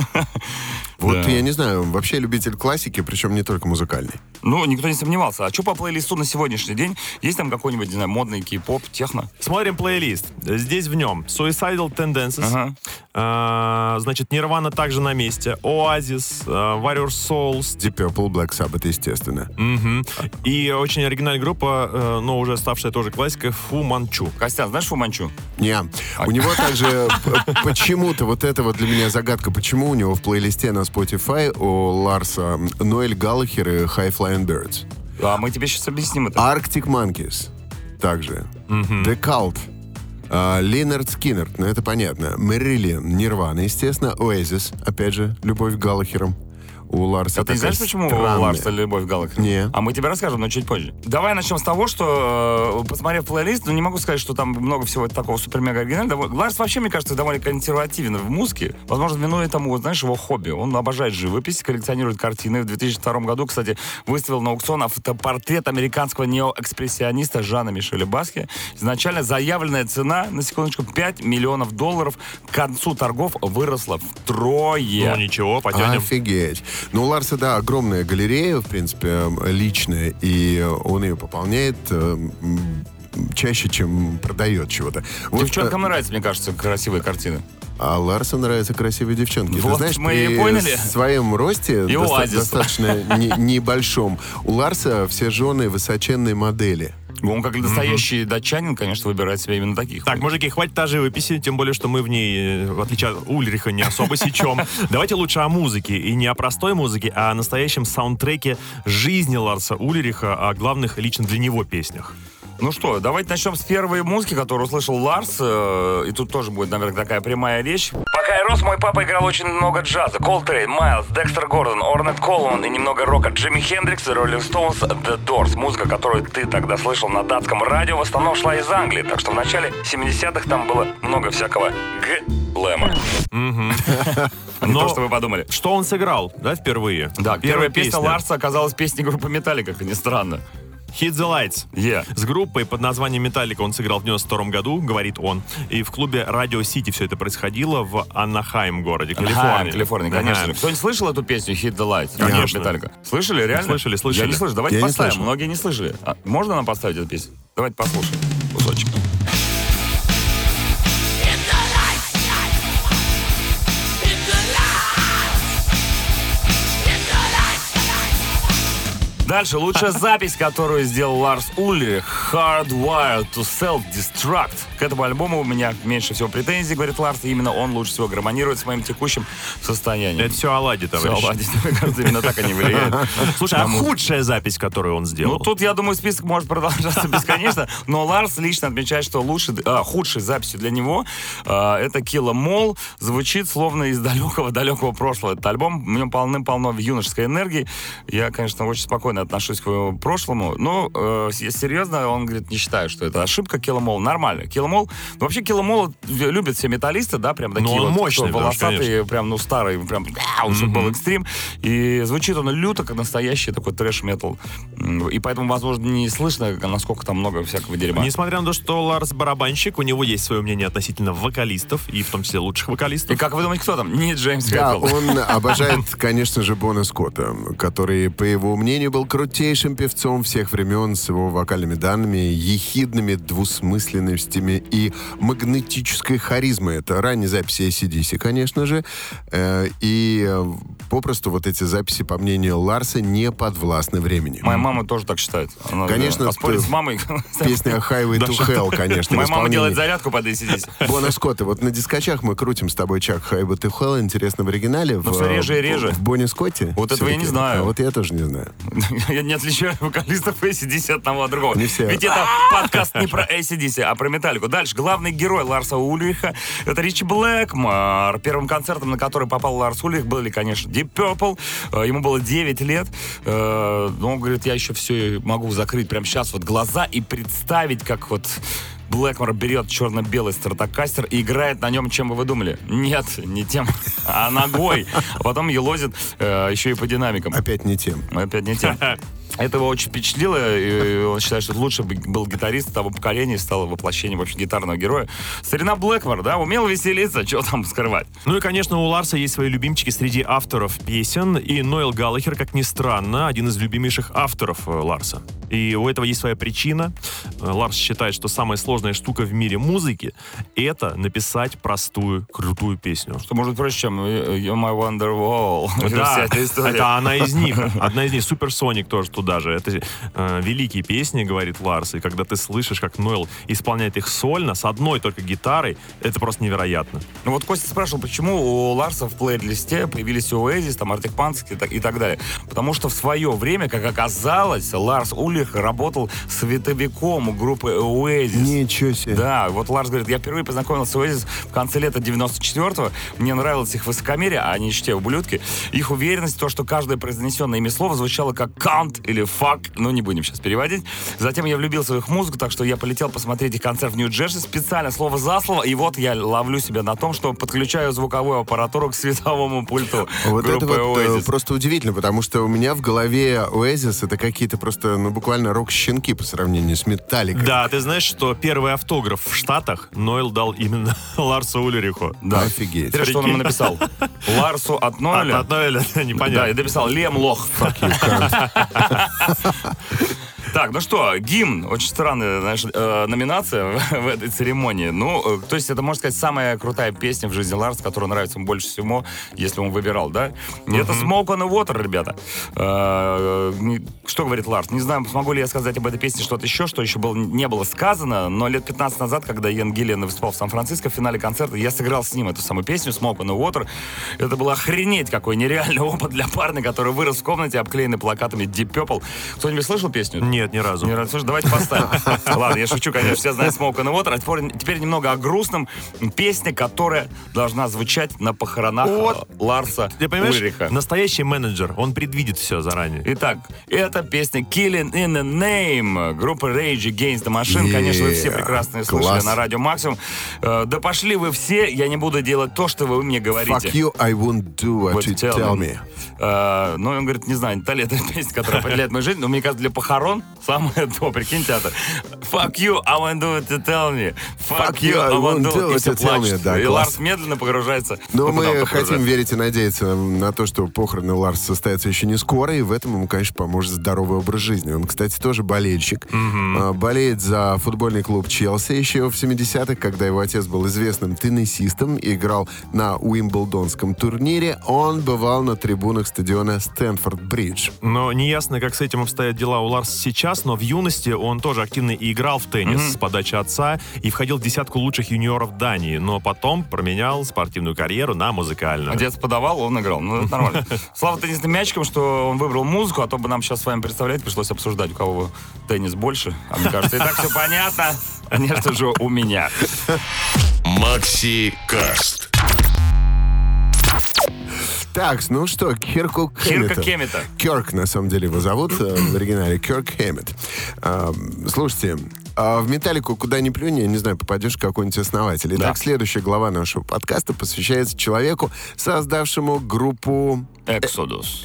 Вот я не знаю, вообще любитель классики, причем не только музыкальный. Ну, никто не сомневался. А что по плейлисту на сегодняшний день? Есть там какой-нибудь, не знаю, модный кей-поп, техно? Смотрим плейлист. Здесь в нем Suicidal Tendencies, значит, Nirvana также на месте, Oasis, Warrior Souls, Deep Purple, Black Sabbath, естественно. И очень оригинальная группа, но уже ставшая тоже классикой, Фу Манчу. Костян, знаешь Фу Манчу? Не. У него также почему-то, вот это вот для меня загадка, почему у него в плейлисте на Spotify у Ларса Ноэль Галлахер и High Flying Birds. А мы тебе сейчас объясним это. Arctic Monkeys также. The Cult. Линард Скиннерт, ну это понятно. Мэрилин, Нирвана, естественно. Oasis, опять же, любовь к Галлахерам. У Ларса. А ты знаешь, почему у Ларса любовь к Галлахеру? Не. А мы тебе расскажем, но чуть позже. Давай начнем с того, что, посмотрев плейлист, ну не могу сказать, что там много всего такого супер-мега оригинального. Ларс вообще, мне кажется, довольно консервативен в музыке. Возможно, виной этому, знаешь, его хобби. Он обожает живопись, коллекционирует картины. В 2002 году, кстати, выставил на аукцион автопортрет американского неоэкспрессиониста Жана Мишеля Баски. Изначально заявленная цена, на секундочку, $5 миллионов. К концу торгов выросла втрое. Ну ничего, потянем. Офигеть. Ну, у Ларса, да, огромная галерея, в принципе, личная, и он ее пополняет чаще, чем продает чего-то. Девчонкам нравятся, мне кажется, красивые картины. А Ларсу нравятся красивые девчонки. Вот, ты знаешь, мы при поняли. своем росте, достаточно небольшом, у Ларса все жены высоченные модели. Он, как настоящий датчанин, конечно, выбирает себе именно таких. Так, мужики, хватит о живописи, тем более, что мы в ней, в отличие от Ульриха, не особо сечем. Давайте лучше о музыке. И не о простой музыке, а о настоящем саундтреке жизни Ларса Ульриха, о главных лично для него песнях. Ну что, давайте начнем с первой музыки, которую услышал Ларс. И тут тоже будет, наверное, такая прямая речь. Пока я рос, мой папа играл очень много джаза. Колтрейн, Майлз, Декстер Гордон, Орнет Колман и немного рока. Джимми Хендрикс, Роллинг Стоунс, The Doors. Музыка, которую ты тогда слышал на датском радио, в основном шла из Англии. Так что в начале 70-х там было много всякого глэма. Не то, что вы подумали. Что он сыграл, да, впервые? Да, первая песня Ларса оказалась песней группы Металлика, как ни странно. Hit the Lights. С группой под названием Металлика он сыграл в 92 году, говорит он. И в клубе Radio City все это происходило в Анахайм городе, Калифорния, конечно. Кто-нибудь слышал эту песню Hit the Lights? Конечно. Металлика. Слышали, реально? Слышали. Я не слышу. Давайте поставим. Слышал. Многие не слышали. Можно нам поставить эту песню? Давайте послушаем кусочек. Дальше, лучшая запись, которую сделал Ларс Ульрих, Hardwired to Self-Destruct. К этому альбому у меня меньше всего претензий, говорит Ларс, и именно он лучше всего гармонирует с моим текущим состоянием. Это все оладьи, товарищ. Все оладьи, мне кажется, именно так они влияют. Слушай, а худшая запись, которую он сделал? Ну, тут, я думаю, список может продолжаться бесконечно, но Ларс лично отмечает, что худшей записью для него это Kill 'Em All. Звучит словно из далекого-далекого прошлого. Этот альбом, в нем полным-полно юношеской энергии. Я, конечно, очень спокойно отношусь к его прошлому, но серьезно, он говорит, не считаю, что это ошибка. Kill 'Em All нормально. Kill 'Em All, вообще Kill 'Em All любят все металлисты, да, прям такие он вот мощный, волосатые, прям, старые, прям, уже был экстрим. И звучит он люто, как настоящий такой трэш-метал. И поэтому, возможно, не слышно, насколько там много всякого дерьма. Несмотря на то, что Ларс барабанщик, у него есть свое мнение относительно вокалистов, и в том числе лучших вокалистов. И как вы думаете, кто там? Не Джеймс Да, Хэтфилд. он обожает, конечно же, Бона Скотта, который, по его мнению, был крутейшим певцом всех времен с его вокальными данными, ехидными двусмысленностями и магнетической харизмой. Это ранние записи AC/DC, конечно же. И попросту вот эти записи, по мнению Ларса, не подвластны времени. Моя мама тоже так считает. Она, Конечно, поспорит с мамой. Песня Highway to Hell, конечно. Моя в мама исполнении делает зарядку под AC/DC. Бона Скотта. Вот на дискочах мы крутим с тобой Чак Highway to Hell. Интересно, в оригинале? Все реже и реже. В Боне Скотте? Вот этого я не знаю. А вот я тоже не знаю. Я не отличаю вокалистов AC/DC от того, от другого. Не все. Ведь это подкаст не про AC/DC, а про Металлику. Дальше. Главный герой Ларса Ульриха — это Ричи Блэкмор. Первым концертом, на который попал Ларс Ульрих, были, конечно, Deep Purple. Ему было 9 лет. Но он говорит, я еще все могу закрыть прямо сейчас вот глаза и представить, как вот Блэкмор берет черно-белый стратокастер и играет на нем, чем бы вы думали? Нет, не тем, а ногой. А потом елозит еще и по динамикам. Опять не тем. Опять не тем. Это его очень впечатлило, и он считает, что лучший был гитарист того поколения, стал воплощением, в общем, гитарного героя. Старина Блэкмор, да, умел веселиться, что там скрывать. Ну и, конечно, у Ларса есть свои любимчики среди авторов песен, и Ноэл Галлахер, как ни странно, один из любимейших авторов Ларса. И у этого есть своя причина. Ларс считает, что самая сложная штука в мире музыки — это написать простую, крутую песню. Что может проще, чем You're My Wonderwall. Да, это одна из них. Одна из них. Суперсоник тоже туда же. Это великие песни, говорит Ларс. И когда ты слышишь, как Ноэл исполняет их сольно, с одной только гитарой, это просто невероятно. Ну вот Костя спрашивал, почему у Ларса в плейлисте появились Oasis, там Arctic Monkeys и так далее. Потому что в свое время, как оказалось, Ларс Ульрих работал световиком у группы Oasis. Ничего себе. Да, вот Ларс говорит, я впервые познакомился с Oasis в конце лета 94-го. Мне нравилось их высокомерие, а они те ублюдки. Их уверенность, то, что каждое произнесенное ими слово звучало как «кант» или «фак». Ну, не будем сейчас переводить. Затем я влюбился в их музыку, так что я полетел посмотреть их концерт в Нью-Джерси специально, слово за слово. И вот я ловлю себя на том, что подключаю звуковую аппаратуру к световому пульту Вот группы это вот Oasis. просто удивительно, потому что у меня в голове Oasis это какие-то просто, буквально рок-щенки по сравнению с Металликой. Да, ты знаешь, что первый автограф в Штатах Ноэл дал именно Ларсу Ульриху. Да. Офигеть. Теперь что он ему написал? Ларсу от Ноэля? От Ноэля, непонятно. Да, и дописал Лем Лох. Так, ну что, гимн. Очень странная, знаешь, номинация в этой церемонии. Ну, то есть это, можно сказать, самая крутая песня в жизни Ларса, которая нравится ему больше всего, если он выбирал, да? И это Smoke on the Water, ребята. Что говорит Ларс? Не знаю, смогу ли я сказать об этой песне что-то еще, что еще не было сказано, но лет 15 назад, когда Иэн Гиллиан выступал в Сан-Франциско в финале концерта, я сыграл с ним эту самую песню Smoke on the Water. Это был охренеть какой нереальный опыт для парня, который вырос в комнате, обклеенный плакатами Deep Purple. Кто-нибудь слышал песню? Нет, ни разу. Ни разу. Слушай, давайте поставим. Ладно, я шучу, конечно, все знают Smoke on the Water. А теперь немного о грустном. Песня, которая должна звучать на похоронах Ларса Ты понимаешь, Ульриха. настоящий менеджер, он предвидит все заранее. Итак, это песня Killing in the Name группы Rage Against the Machine. Конечно, вы все прекрасно ее слышали Класс. на радио Максимум. Да пошли вы все, я не буду делать то, что вы мне говорите. Fuck you, I won't do what Вот you tell me. Ну, он говорит, не знаю, то ли это песня, которая определяет мою жизнь, но мне кажется, для похорон самое то, прикиньте это. Fuck you, I won't do it to tell me. Fuck you, I won't do it, и все плачут. Да, и класс. Ларс медленно погружается. Но мы хотим верить и надеяться на то, что похороны Ларса состоятся еще не скоро, и в этом ему, конечно, поможет здоровый образ жизни. Он, кстати, тоже болельщик. Болеет за футбольный клуб Челси еще в 70-х, когда его отец был известным теннисистом и играл на Уимблдонском турнире. Он бывал на трибунах стадиона Стэнфорд-Бридж. Но неясно, как с этим обстоят дела у Ларса сейчас, но в юности он тоже активно и играл в теннис с подачи отца и входил в десятку лучших юниоров Дании, но потом променял спортивную карьеру на музыкальную. Отец подавал, он играл. Ну, это нормально. Слава теннисным мячикам, что он выбрал музыку, а то бы нам сейчас с вами, представлять, пришлось обсуждать, у кого теннис больше. А мне кажется, и так все понятно. Конечно же, у меня. Макси Каст. Так, ну что, Кирку Хэммета. Кирка Кэммета. Кёрк, на самом деле, его зовут в оригинале. Кёрк Хэммет. Слушайте, в «Металлику» куда ни плюнь, я не знаю, попадешь в какой-нибудь основатель. Итак, следующая глава нашего подкаста посвящается человеку, создавшему группу... Exodus.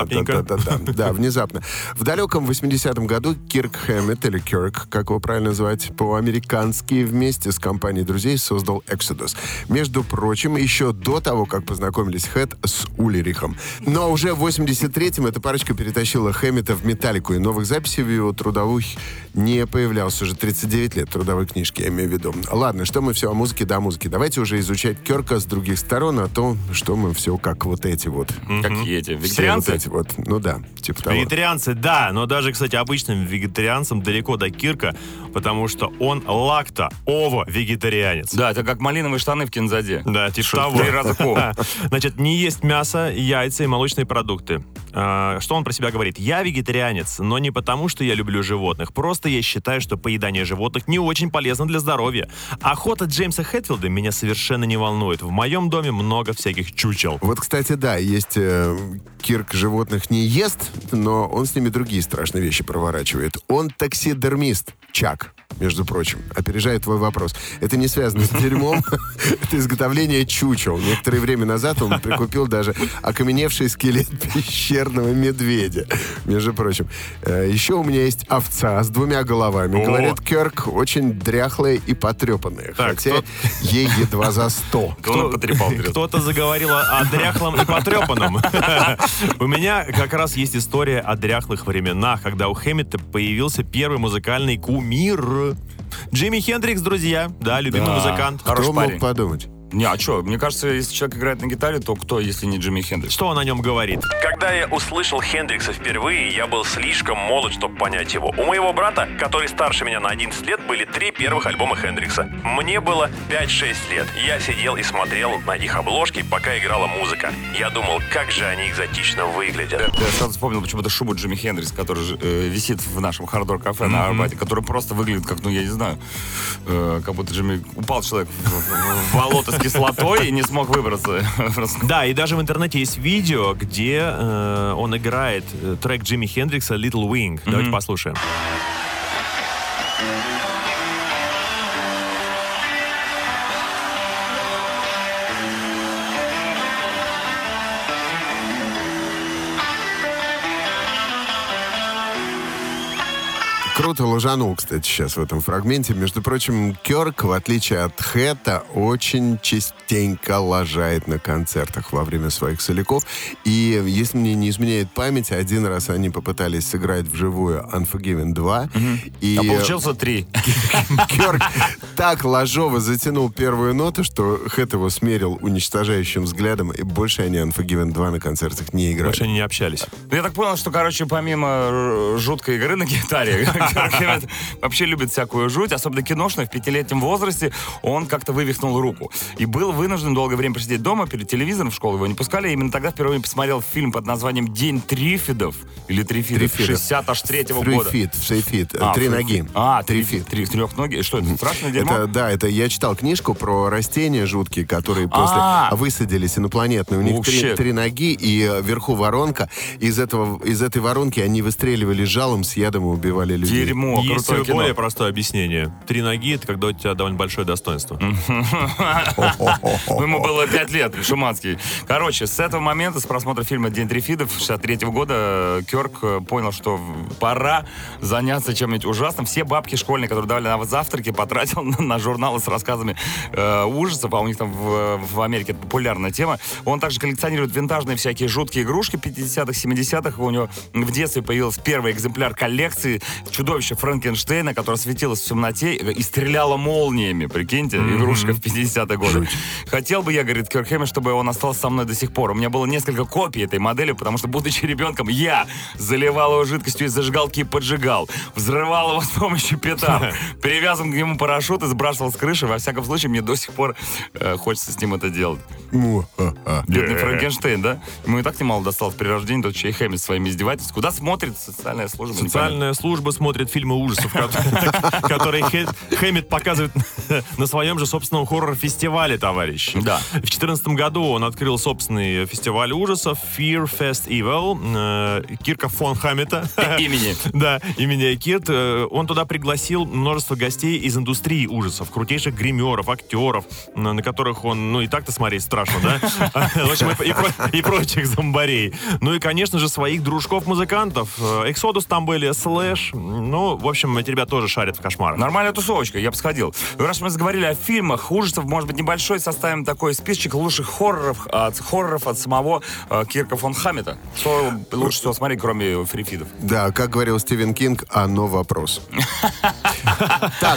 Да, внезапно. В далеком 80-м году Кирк Хэммет, или Кёрк, как его правильно называть по-американски, вместе с компанией друзей создал Exodus. Между прочим, еще до того, как познакомились Хэт с Ульрихом. Но уже в 83-м эта парочка перетащила Хэммета в «Металлику», и новых записей в его трудовых не появлялось уже 39 лет, трудовой книжки, я имею в виду. Ладно, что мы все о музыке до музыки. Давайте уже изучать Кёрка с других сторон, а то, что мы все как вот эти вот. Какие эти? Вегетарианцы? Вот эти вот. Ну да, типа того. Вегетарианцы, да, но даже, кстати, обычным вегетарианцам далеко до Кирка, потому что он лакто-ово-вегетарианец. Да, это как малиновые штаны в кинзаде. Да, типа того. 3 раза кова. Значит, не есть мясо, яйца и молочные продукты. Что он про себя говорит? Я вегетарианец, но не потому, что я люблю животных. Просто я считаю, что поедание животных не очень полезно для здоровья. Охота Джеймса Хэтфилда меня совершенно не волнует. В моем доме много всяких чучел. Вот, кстати, да, есть Кирк животных не ест, но он с ними другие страшные вещи проворачивает. Он таксидермист, Чак, между прочим. Опережает твой вопрос. Это не связано с дерьмом. Это изготовление чучел. Некоторое время назад он прикупил даже окаменевший скелет пещерного медведя. Между прочим. Еще у меня есть овца с 2 головами. Говорят, Кёрк очень дряхлая и потрепанная. Хотя ей едва за 100. Кто-то заговорил о дряхлом и потрепанном. У меня как раз есть история о дряхлых временах, когда у Хэммета появился первый музыкальный кумир. Джимми Хендрикс, друзья. Да, любимый музыкант. Кто мог подумать? Не, а что? Мне кажется, если человек играет на гитаре, то кто, если не Джимми Хендрикс? Что он о нем говорит? Когда я услышал Хендрикса впервые, я был слишком молод, чтобы понять его. У моего брата, который старше меня на 11 лет, были 3 первых альбома Хендрикса. Мне было 5-6 лет. Я сидел и смотрел на их обложки, пока играла музыка. Я думал, как же они экзотично выглядят. Я сразу вспомнил почему-то шубу Джимми Хендрикса, который висит в нашем хардор-кафе на Арбате, который просто выглядит как, ну, я не знаю, как будто Джимми... Упал человек в болото с кислотой и не смог выбраться. Да, и даже в интернете есть видео, где он играет трек Джимми Хендрикса «Little Wing». Давайте послушаем. Круто лажанул, кстати, сейчас в этом фрагменте. Между прочим, Кёрк, в отличие от Хэта, очень частенько лажает на концертах во время своих соляков. И, если мне не изменяет память, один раз они попытались сыграть вживую Unforgiven 2. И а получился 3. Кёрк так ложово затянул первую ноту, что Хэт его смерил уничтожающим взглядом, и больше они Unforgiven 2 на концертах не играли. Больше они не общались. Я так понял, что, короче, помимо жуткой игры на гитаре, Кёрк вообще любит всякую жуть, особенно киношную. В 5-летнем возрасте он как-то вывихнул руку. И был вынужден долгое время просидеть дома перед телевизором, в школу его не пускали. И именно тогда впервые посмотрел фильм под названием «День Трифидов». Или Трифидов 63-го года. Трифид. 3 ноги. Трифид. 3-ноги. Что это, страшное дерьмо? Это я читал книжку про растения жуткие, которые после высадились инопланетные. У них 3 ноги и вверху воронка. Из этой воронки они выстреливали жалом с ядом и убивали людей. людей. Дерьмо, Есть крутое кино. более простое объяснение. 3 ноги — это когда у тебя довольно большое достоинство. Ему было 5 лет, Шуманский. Короче, с этого момента, с просмотра фильма «День трифидов» 63-го года, Кёрк понял, что пора заняться чем-нибудь ужасным. Все бабки школьные, которые давали на завтраки, потратил на журналы с рассказами ужасов, а у них там в Америке это популярная тема. Он также коллекционирует винтажные всякие жуткие игрушки 50-х, 70-х. У него в детстве появился первый экземпляр коллекции чудовища Франкенштейна, которое светилось в темноте и стреляло молниями. Прикиньте, игрушка в 50-е годы. Хотел бы я, говорит Кёрк Хэммит, чтобы он остался со мной до сих пор. У меня было несколько копий этой модели, потому что, будучи ребенком, я заливал его жидкостью из зажигалки и поджигал. Взрывал его с помощью петард. Привязан к нему парашют и сбрасывал с крыши. Во всяком случае, мне до сих пор хочется с ним это делать. Бедный Франкенштейн, да? Ему и так немало досталось при рождении, тот чей Хэммит своими издевательствами. Куда смотрит социальная служба? Социальная служба смотрит фильмы ужасов, которые Хэммит показывает на своем же собственном хоррор-фестивале, товарищ. Да. В 2014 году он открыл собственный фестиваль ужасов Fear Fest Evil Кирка фон Хаммета. Имени. Да, имени Кирт. Он туда пригласил множество гостей из индустрии ужасов, крутейших гримеров, актеров, на которых он, и так-то смотреть страшно, да? В общем, и прочих зомбарей. Ну и, конечно же, своих дружков-музыкантов. Exodus там были, Slash. Ну, в общем, эти ребята тоже шарят в кошмарах. Нормальная тусовочка, я бы сходил. Раз мы заговорили о фильмах ужасов, может быть, небольшой составим такой списочек лучших хорроров от самого Кирка фон Хаммета. Что лучше всего смотреть, кроме фрифидов? Да, как говорил Стивен Кинг, оно вопрос. Так,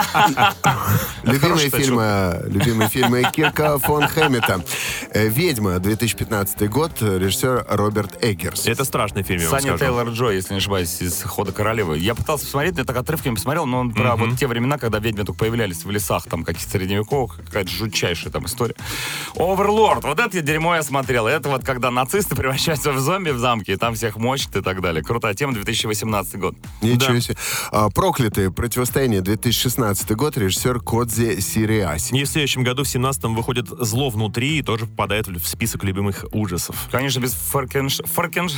любимые фильмы Кирка фон Хаммета. «Ведьма», 2015 год, режиссер Роберт Эггерс. Это страшный фильм, я вам Саня скажу. Тейлор-Джой, если не ошибаюсь, из «Хода королевы». Я пытался посмотреть, я так отрывками посмотрел, но он про вот те времена, когда ведьмы только появлялись в лесах, там каких-то средневековых, какая-то жутчайшая там история. «Оверлорд», вот это дерьмо я смотрел. Это вот когда нацисты превращаются в зомби в замке, и там всех мочат и так далее. Крутая тема, 2018 год. Ничего себе. «Проклятые. Противостояние», 2016 год, режиссер Кодзи Сириаси. И в следующем году, в 17-м, выходит «Зло внутри» и тоже попадает в список любимых ужасов. Конечно, без Фаркенштейн.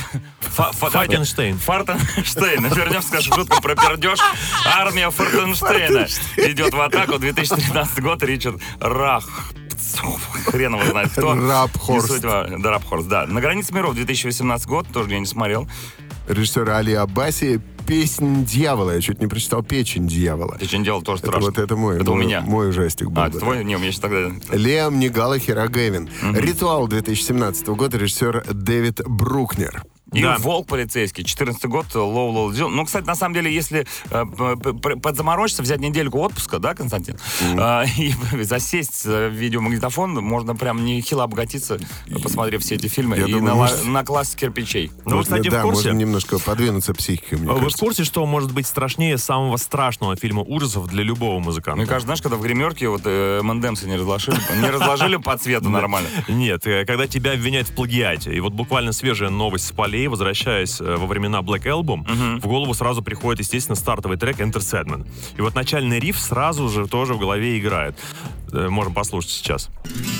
Вернемся к нашим шуткам про пердеж. Армия Фаркенштейна идет в атаку. 2013 год, Ричард Рах. Хрен его знает кто. Рапхорст. Рапхорст, да. «На границе миров», 2018 год, тоже я не смотрел. Режиссер Али Аббаси. «Песнь дьявола». Я чуть не прочитал «Печень дьявола». «Печень дьявола» тоже страшно. Вот это мой. Это у меня. Мой ужастик был. Это твой? Не, у меня еще тогда... Лиам Нигал, Хера Гэвин. «Ритуал», 2017 года, режиссер Дэвид Брукнер. И Да. «Волк полицейский», 14 год, Лоу Дилл. Ну, кстати, на самом деле, если подзаморочиться, взять недельку отпуска, да, Константин, и засесть в видеомагнитофон, можно прям нехило обогатиться, посмотрев все эти фильмы, и накласть кирпичей. Ну, вы, кстати, да, в курсе? можно немножко подвинуться психикой, мне Вы в кажется. курсе, что может быть страшнее самого страшного фильма ужасов для любого музыканта? Мне кажется, знаешь, когда в гримерке вот M&M'сы не разложили по цвету нормально. Нет, когда тебя обвиняют в плагиате. И вот буквально свежая новость с полей, возвращаясь во времена Black Album, в голову сразу приходит, естественно, стартовый трек Enter Sandman. И вот начальный риф сразу же тоже в голове играет. Можем послушать сейчас.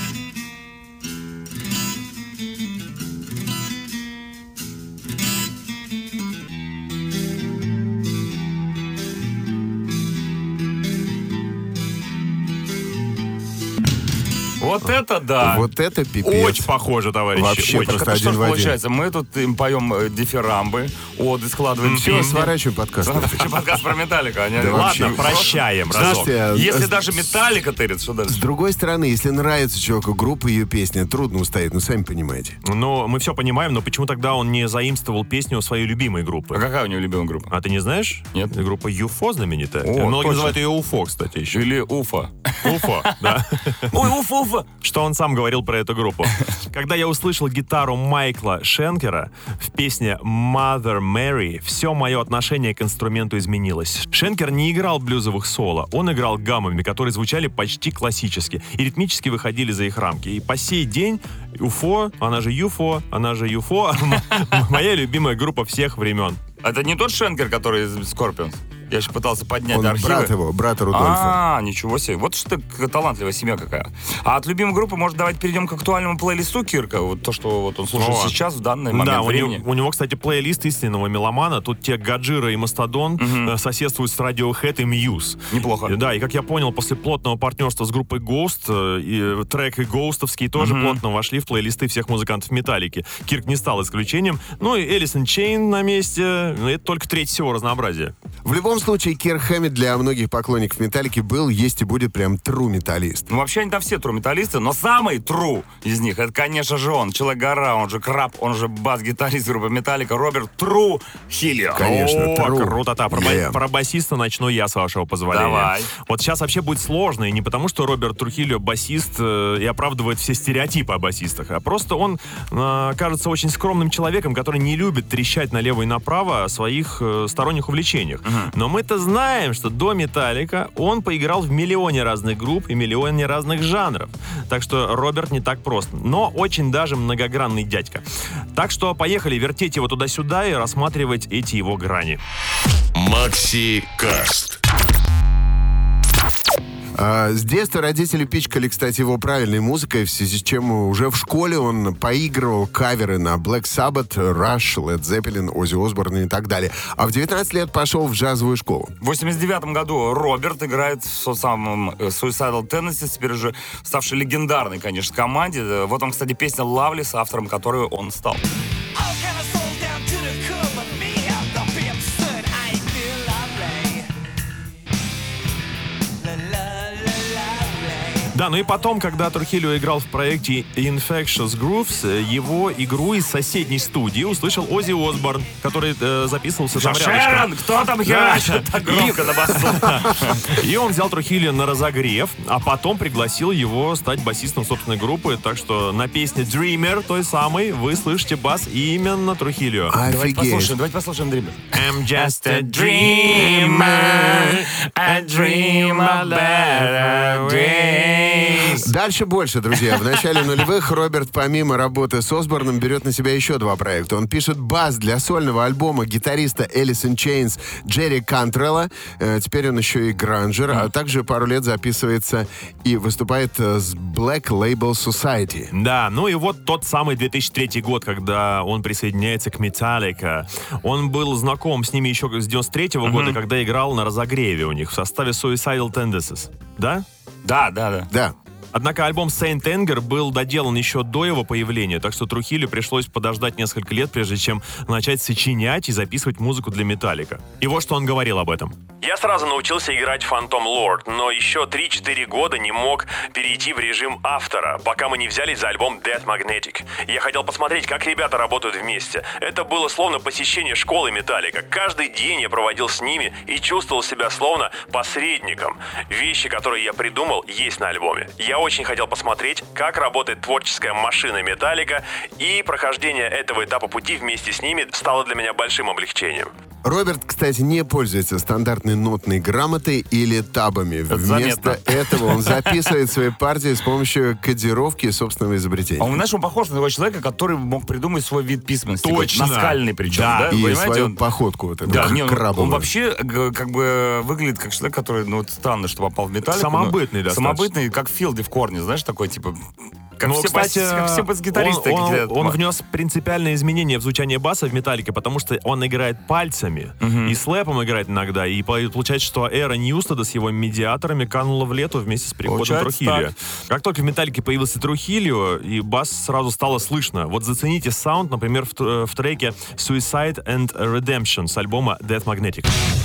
Вот это да! Вот это пипец. Очень похоже, товарищи. Вообще Очень. просто Так это что ж один в один. получается? Мы тут им поем дифирамбы, оды складываем. Все, сворачиваем подкаст. Что подкаст про Металлику? Да вообще. Ладно, прощаем разок. Слушайте, Если даже Металлика тырит, что с дальше? другой стороны, если нравится человеку группа, ее песня, трудно устоять, ну, сами понимаете. Но мы все понимаем, но почему тогда он не заимствовал песню у своей любимой А группы? какая у него любимая группа? А ты не знаешь? Нет. Группа UFO знаменитая. О, Многие точно. называют ее UFO, кстати, еще. Или Уфа? UFO, да. Ой, Уфа! Что он сам говорил про эту группу. Когда я услышал гитару Майкла Шенкера в песне Mother Mary, все мое отношение к инструменту изменилось. Шенкер не играл блюзовых соло, он играл гаммами, которые звучали почти классически и ритмически выходили за их рамки. И по сей день UFO, она же UFO, моя любимая группа всех времен. Это не тот Шенкер, который из Scorpions? Я еще пытался поднять Он архивы. брата Рудольфа. Ничего себе. Вот что талантливая семья какая. А от любимой группы, может, давайте перейдем к актуальному плейлисту Кирка? Вот то, что вот он слушает сейчас, в данный момент времени. У него, кстати, плейлист истинного меломана. Тут те Годжира и Мастодон соседствуют с Radiohead и Muse. Неплохо. Да, и как я понял, после плотного партнерства с группой Ghost, и трек и Ghostовский тоже плотно вошли в плейлисты всех музыкантов Металлики. Кирк не стал исключением. Ну и Alice in Chains на месте. Это только треть всего разнообразия. В любом случае, Кирк Хэммит для многих поклонников Металлики был, есть и будет прям true металлист. Ну, вообще, они там все true металлисты, но самый true из них, это, конечно же, он, Человек-гора, он же Краб, он же бас-гитарист группы Металлика, Роберт Трухильо. Конечно, true. Круто-то. Про басиста начну я, с вашего позволения. Давай. Вот сейчас вообще будет сложно, и не потому, что Роберт Трухильо басист и оправдывает все стереотипы о басистах, а просто он кажется очень скромным человеком, который не любит трещать налево и направо о своих сторонних увлечениях. Но мы-то знаем, что до Металлика он поиграл в миллионе разных групп и миллионе разных жанров. Так что Роберт не так прост, но очень даже многогранный дядька. Так что поехали вертеть его туда-сюда и рассматривать эти его грани. Макси Каст. С детства родители пичкали, кстати, его правильной музыкой, в связи с чем уже в школе он поигрывал каверы на Black Sabbath, Rush, Led Zeppelin, Оззи Осборн и так далее. А в 19 lет пошел в джазовую школу. В 89 году Роберт играет в самом Suicidal Tendencies, теперь уже ставшей легендарной, конечно, команде. Вот он, кстати, песня Loveless, автором которой он стал. Да, ну и потом, когда Трухильо играл в проекте Infectious Grooves, его игру из соседней студии услышал Оззи Осборн, который записывался там рядышком. Кто там херачит так громко на басу? И он взял Трухильо на разогрев, а потом пригласил его стать басистом собственной группы. Так что на песне Dreamer, той самой, вы слышите бас именно Трухильо. Офигеть. Давайте послушаем Dreamer. I'm just a dreamer, I dream a better day. Дальше больше, друзья. В начале нулевых Роберт, помимо работы с Осборном, берет на себя еще два проекта. Он пишет бас для сольного альбома гитариста Alice in Chains Джерри Кантрелла. Теперь он еще и гранжер, а также пару лет записывается и выступает с Black Label Society. Да, ну и вот тот самый 2003 год, когда он присоединяется к Metallica. Он был знаком с ними еще с 93 года, когда играл на разогреве у них в составе Suicidal Tendencies. Да? Да. Однако альбом Saint Anger был доделан еще до его появления, так что Трухильо пришлось подождать несколько лет, прежде чем начать сочинять и записывать музыку для Металлика. И вот что он говорил об этом. Я сразу научился играть Phantom Lord, но еще 3-4 года не мог перейти в режим автора, пока мы не взялись за альбом Death Magnetic. Я хотел посмотреть, как ребята работают вместе. Это было словно посещение школы Металлика. Каждый день я проводил с ними и чувствовал себя словно посредником. Вещи, которые я придумал, есть на альбоме. Я очень хотел посмотреть, как работает творческая машина Металлика, и прохождение этого этапа пути вместе с ними стало для меня большим облегчением. Роберт, кстати, не пользуется стандартной нотной грамотой или табами. Вместо этого он записывает свои партии с помощью кодировки собственного изобретения. А он, знаешь, он похож на того человека, который мог придумать свой вид письменности. Точно. Наскальный причем. Да, и понимаете? свою походку вот эту, Да, крабовую. он вообще как бы выглядит как человек, который, ну, вот странно, что попал в Металлику. Самобытный достаточно. Самобытный, как Филди в Корне, знаешь, такой, типа... Как, Ну, все, кстати, как все бас-гитаристы. он внес принципиальные изменения в звучание баса в Металлике, потому что он играет пальцами и слэпом играет иногда. И получается, что эра Ньюстеда с его медиаторами канула в лету вместе с приходом Получается Трухильо. так. Как только в Металлике появился Трухильо, и бас сразу стало слышно. Вот зацените саунд, например, в треке Suicide and Redemption с альбома Death Magnetic.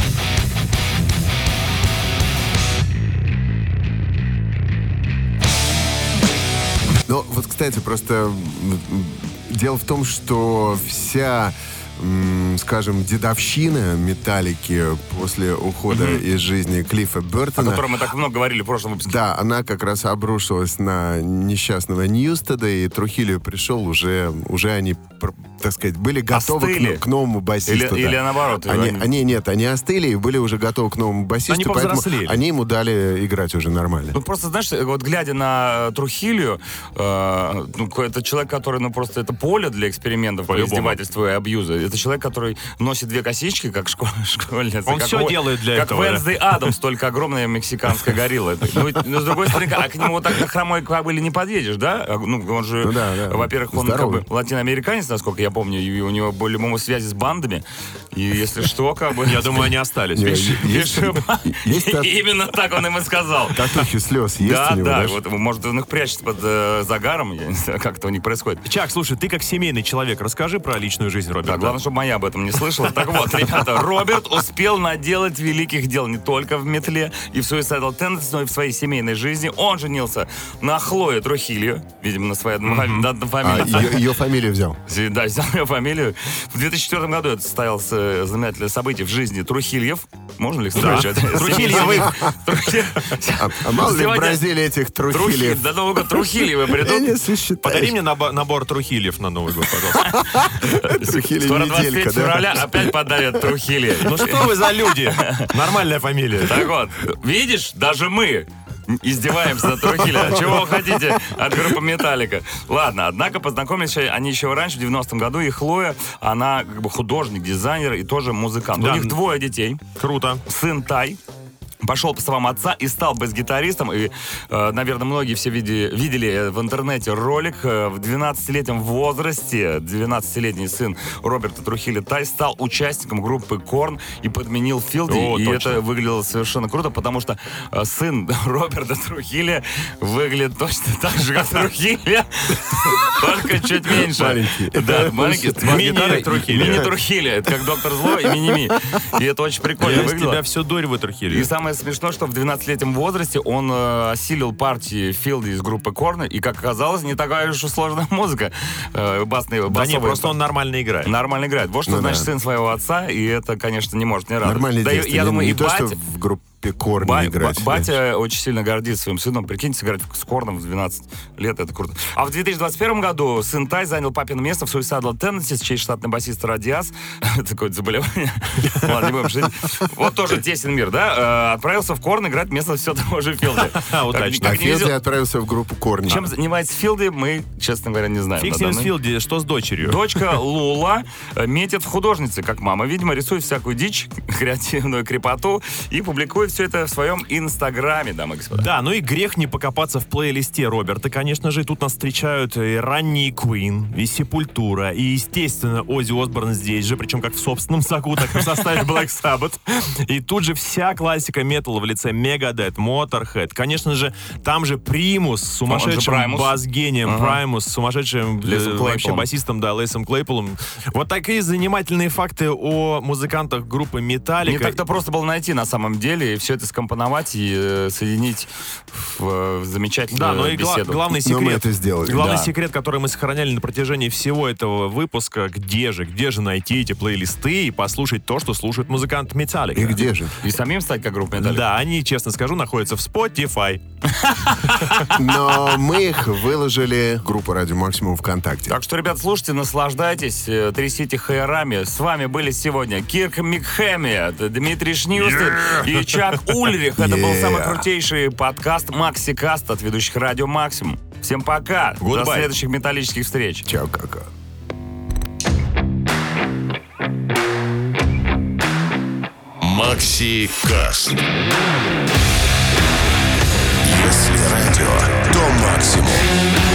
Ну, вот, кстати, просто дело в том, что вся, скажем, дедовщина Металлики после ухода из жизни Клиффа Бертона... О котором мы так много говорили в прошлом выпуске. Да, она как раз обрушилась на несчастного Ньюстеда, и Трухильо пришел, уже они, так сказать, были готовы к новому басисту. Или наоборот. Они остыли и были уже готовы к новому басисту, Они поэтому повзрослели. они ему дали играть уже нормально. Ну, просто, знаешь, вот глядя на Трухильо, это человек, который, просто это поле для экспериментов, По-любому. издевательства и абьюза. Это человек, который носит 2 косички, как школьница. Он все делает для этого. Как Венсдей Адамс, только огромная мексиканская горилла. Но с другой стороны, к нему вот так на хромой кобыле не подъедешь, да? Ну, он же, во-первых, он как бы латиноамериканец, насколько я помню, и у него по-любому связи с бандами. И если что, как бы... Я думаю, они остались. Именно так он им и сказал. Татухи слез есть у него? Да, вот, может, он их прячет под загаром, я не знаю, как это у них происходит. Чак, слушай, ты как семейный человек, расскажи про личную жизнь Роберта. Да, главное, чтобы моя об этом не слышала. Так вот, ребята, Роберт успел наделать великих дел не только в метле и в Suicidal Tendencies, но и в своей семейной жизни. Он женился на Хлое Трухильо, видимо, на своей однофамилии. Ее фамилию взял. Да, взял ее фамилию. В 2004 году это состоялось знаменательное событие в жизни Трухильев. Можно ли их спрашивать? Трухильевых. А мало ли в Бразилии этих Трухильев? До Нового года Трухильевы придут. Подари мне набор Трухильев на Новый год, пожалуйста. Трухильев Скоро неделька, 23 февраля опять подарят Трухильев. Ну что вы за люди? Нормальная фамилия. Так вот, видишь, даже мы издеваемся над Трухильо. Чего вы хотите от группы Металлика? Ладно, однако познакомились они еще раньше, в 90-м году, и Хлоя, она как бы художник, дизайнер и тоже музыкант. Да. У них 2 детей. Круто. Сын Тай пошел по словам отца и стал бас-гитаристом. И, наверное, многие все видели в интернете ролик. В 12-летнем возрасте 12-летний сын Роберта Трухильо Тай стал участником группы Корн и подменил Филди. И точно. Это выглядело совершенно круто, потому что сын Роберта Трухильо выглядит точно так же, как Трухильо, только чуть меньше. Маленький. Да, маленький. Мини-Трухильо. Мини-Трухильо. Это как Доктор Зло и Мини-Ми. И это очень прикольно выглядело. Я тебя все дореваю, Трухильо. И самое смешно, что в 12-летнем возрасте он осилил партии Филди из группы Корн, и, как оказалось, не такая уж сложная музыка. Басовая. Да нет, просто он нормально играет. Нормально играет. Вот что значит сын своего отца, и это, конечно, не может не радовать. Нормальный да, детство. я думаю, не и то, батя... что в группе Корн играть. Батя очень сильно гордится своим сыном. Прикиньте, сыграть с Корном в 12 лет, это круто. А в 2021 году сын Тай занял папино место в Suicidal Tendencies, чей штатный басист Радиас. Такое заболевание. Ладно, не будем шутить. Вот тоже тесен мир, да? Отправился в Корн играть вместо все того же Филди. Удачно. А Филди отправился в группу Корн. Чем занимается Филди, мы, честно говоря, не знаем. Фиг с ним с Филди, что с дочерью? Дочка Лула метит в художнице, как мама. Видимо, рисует всякую дичь, креативную крепоту и публикует все это в своем Инстаграме, дамы и господа. Да, ну и грех не покопаться в плейлисте Роберта. Конечно же, тут нас встречают и ранние Queen, и Sepultura, и, естественно, Оззи Осборн здесь же, причем как в собственном соку, так и в составе Black Sabbath. И тут же вся классика металла в лице Megadeth, Motorhead. Конечно же, там же Примус с сумасшедшим бас-гением, Примус с сумасшедшим вообще басистом, да, Лейсом Клейполом. Вот такие занимательные факты о музыкантах группы Металлика. Не так-то просто было найти на самом деле, и все это скомпоновать и соединить в замечательную да, но и беседу. Главный секрет, мы это сделали. Главный секрет, который мы сохраняли на протяжении всего этого выпуска, где же найти эти плейлисты и послушать то, что слушают музыканты Металлика. И где же? И самим стать как группа Металлика? Да, они, честно скажу, находятся в Spotify. Но мы их выложили в группу Радио Максимум ВКонтакте. Так что, ребят, слушайте, наслаждайтесь, трясите хайрами. С вами были сегодня Кирк Микхэмми, Дмитрий Шнюстер и Чак Ульрих. Это был самый крутейший подкаст Максикаст от ведущих Радио Максимум. Всем пока. До следующих металлических встреч. Чао, кака. Максикаст. Если радио, то максимум.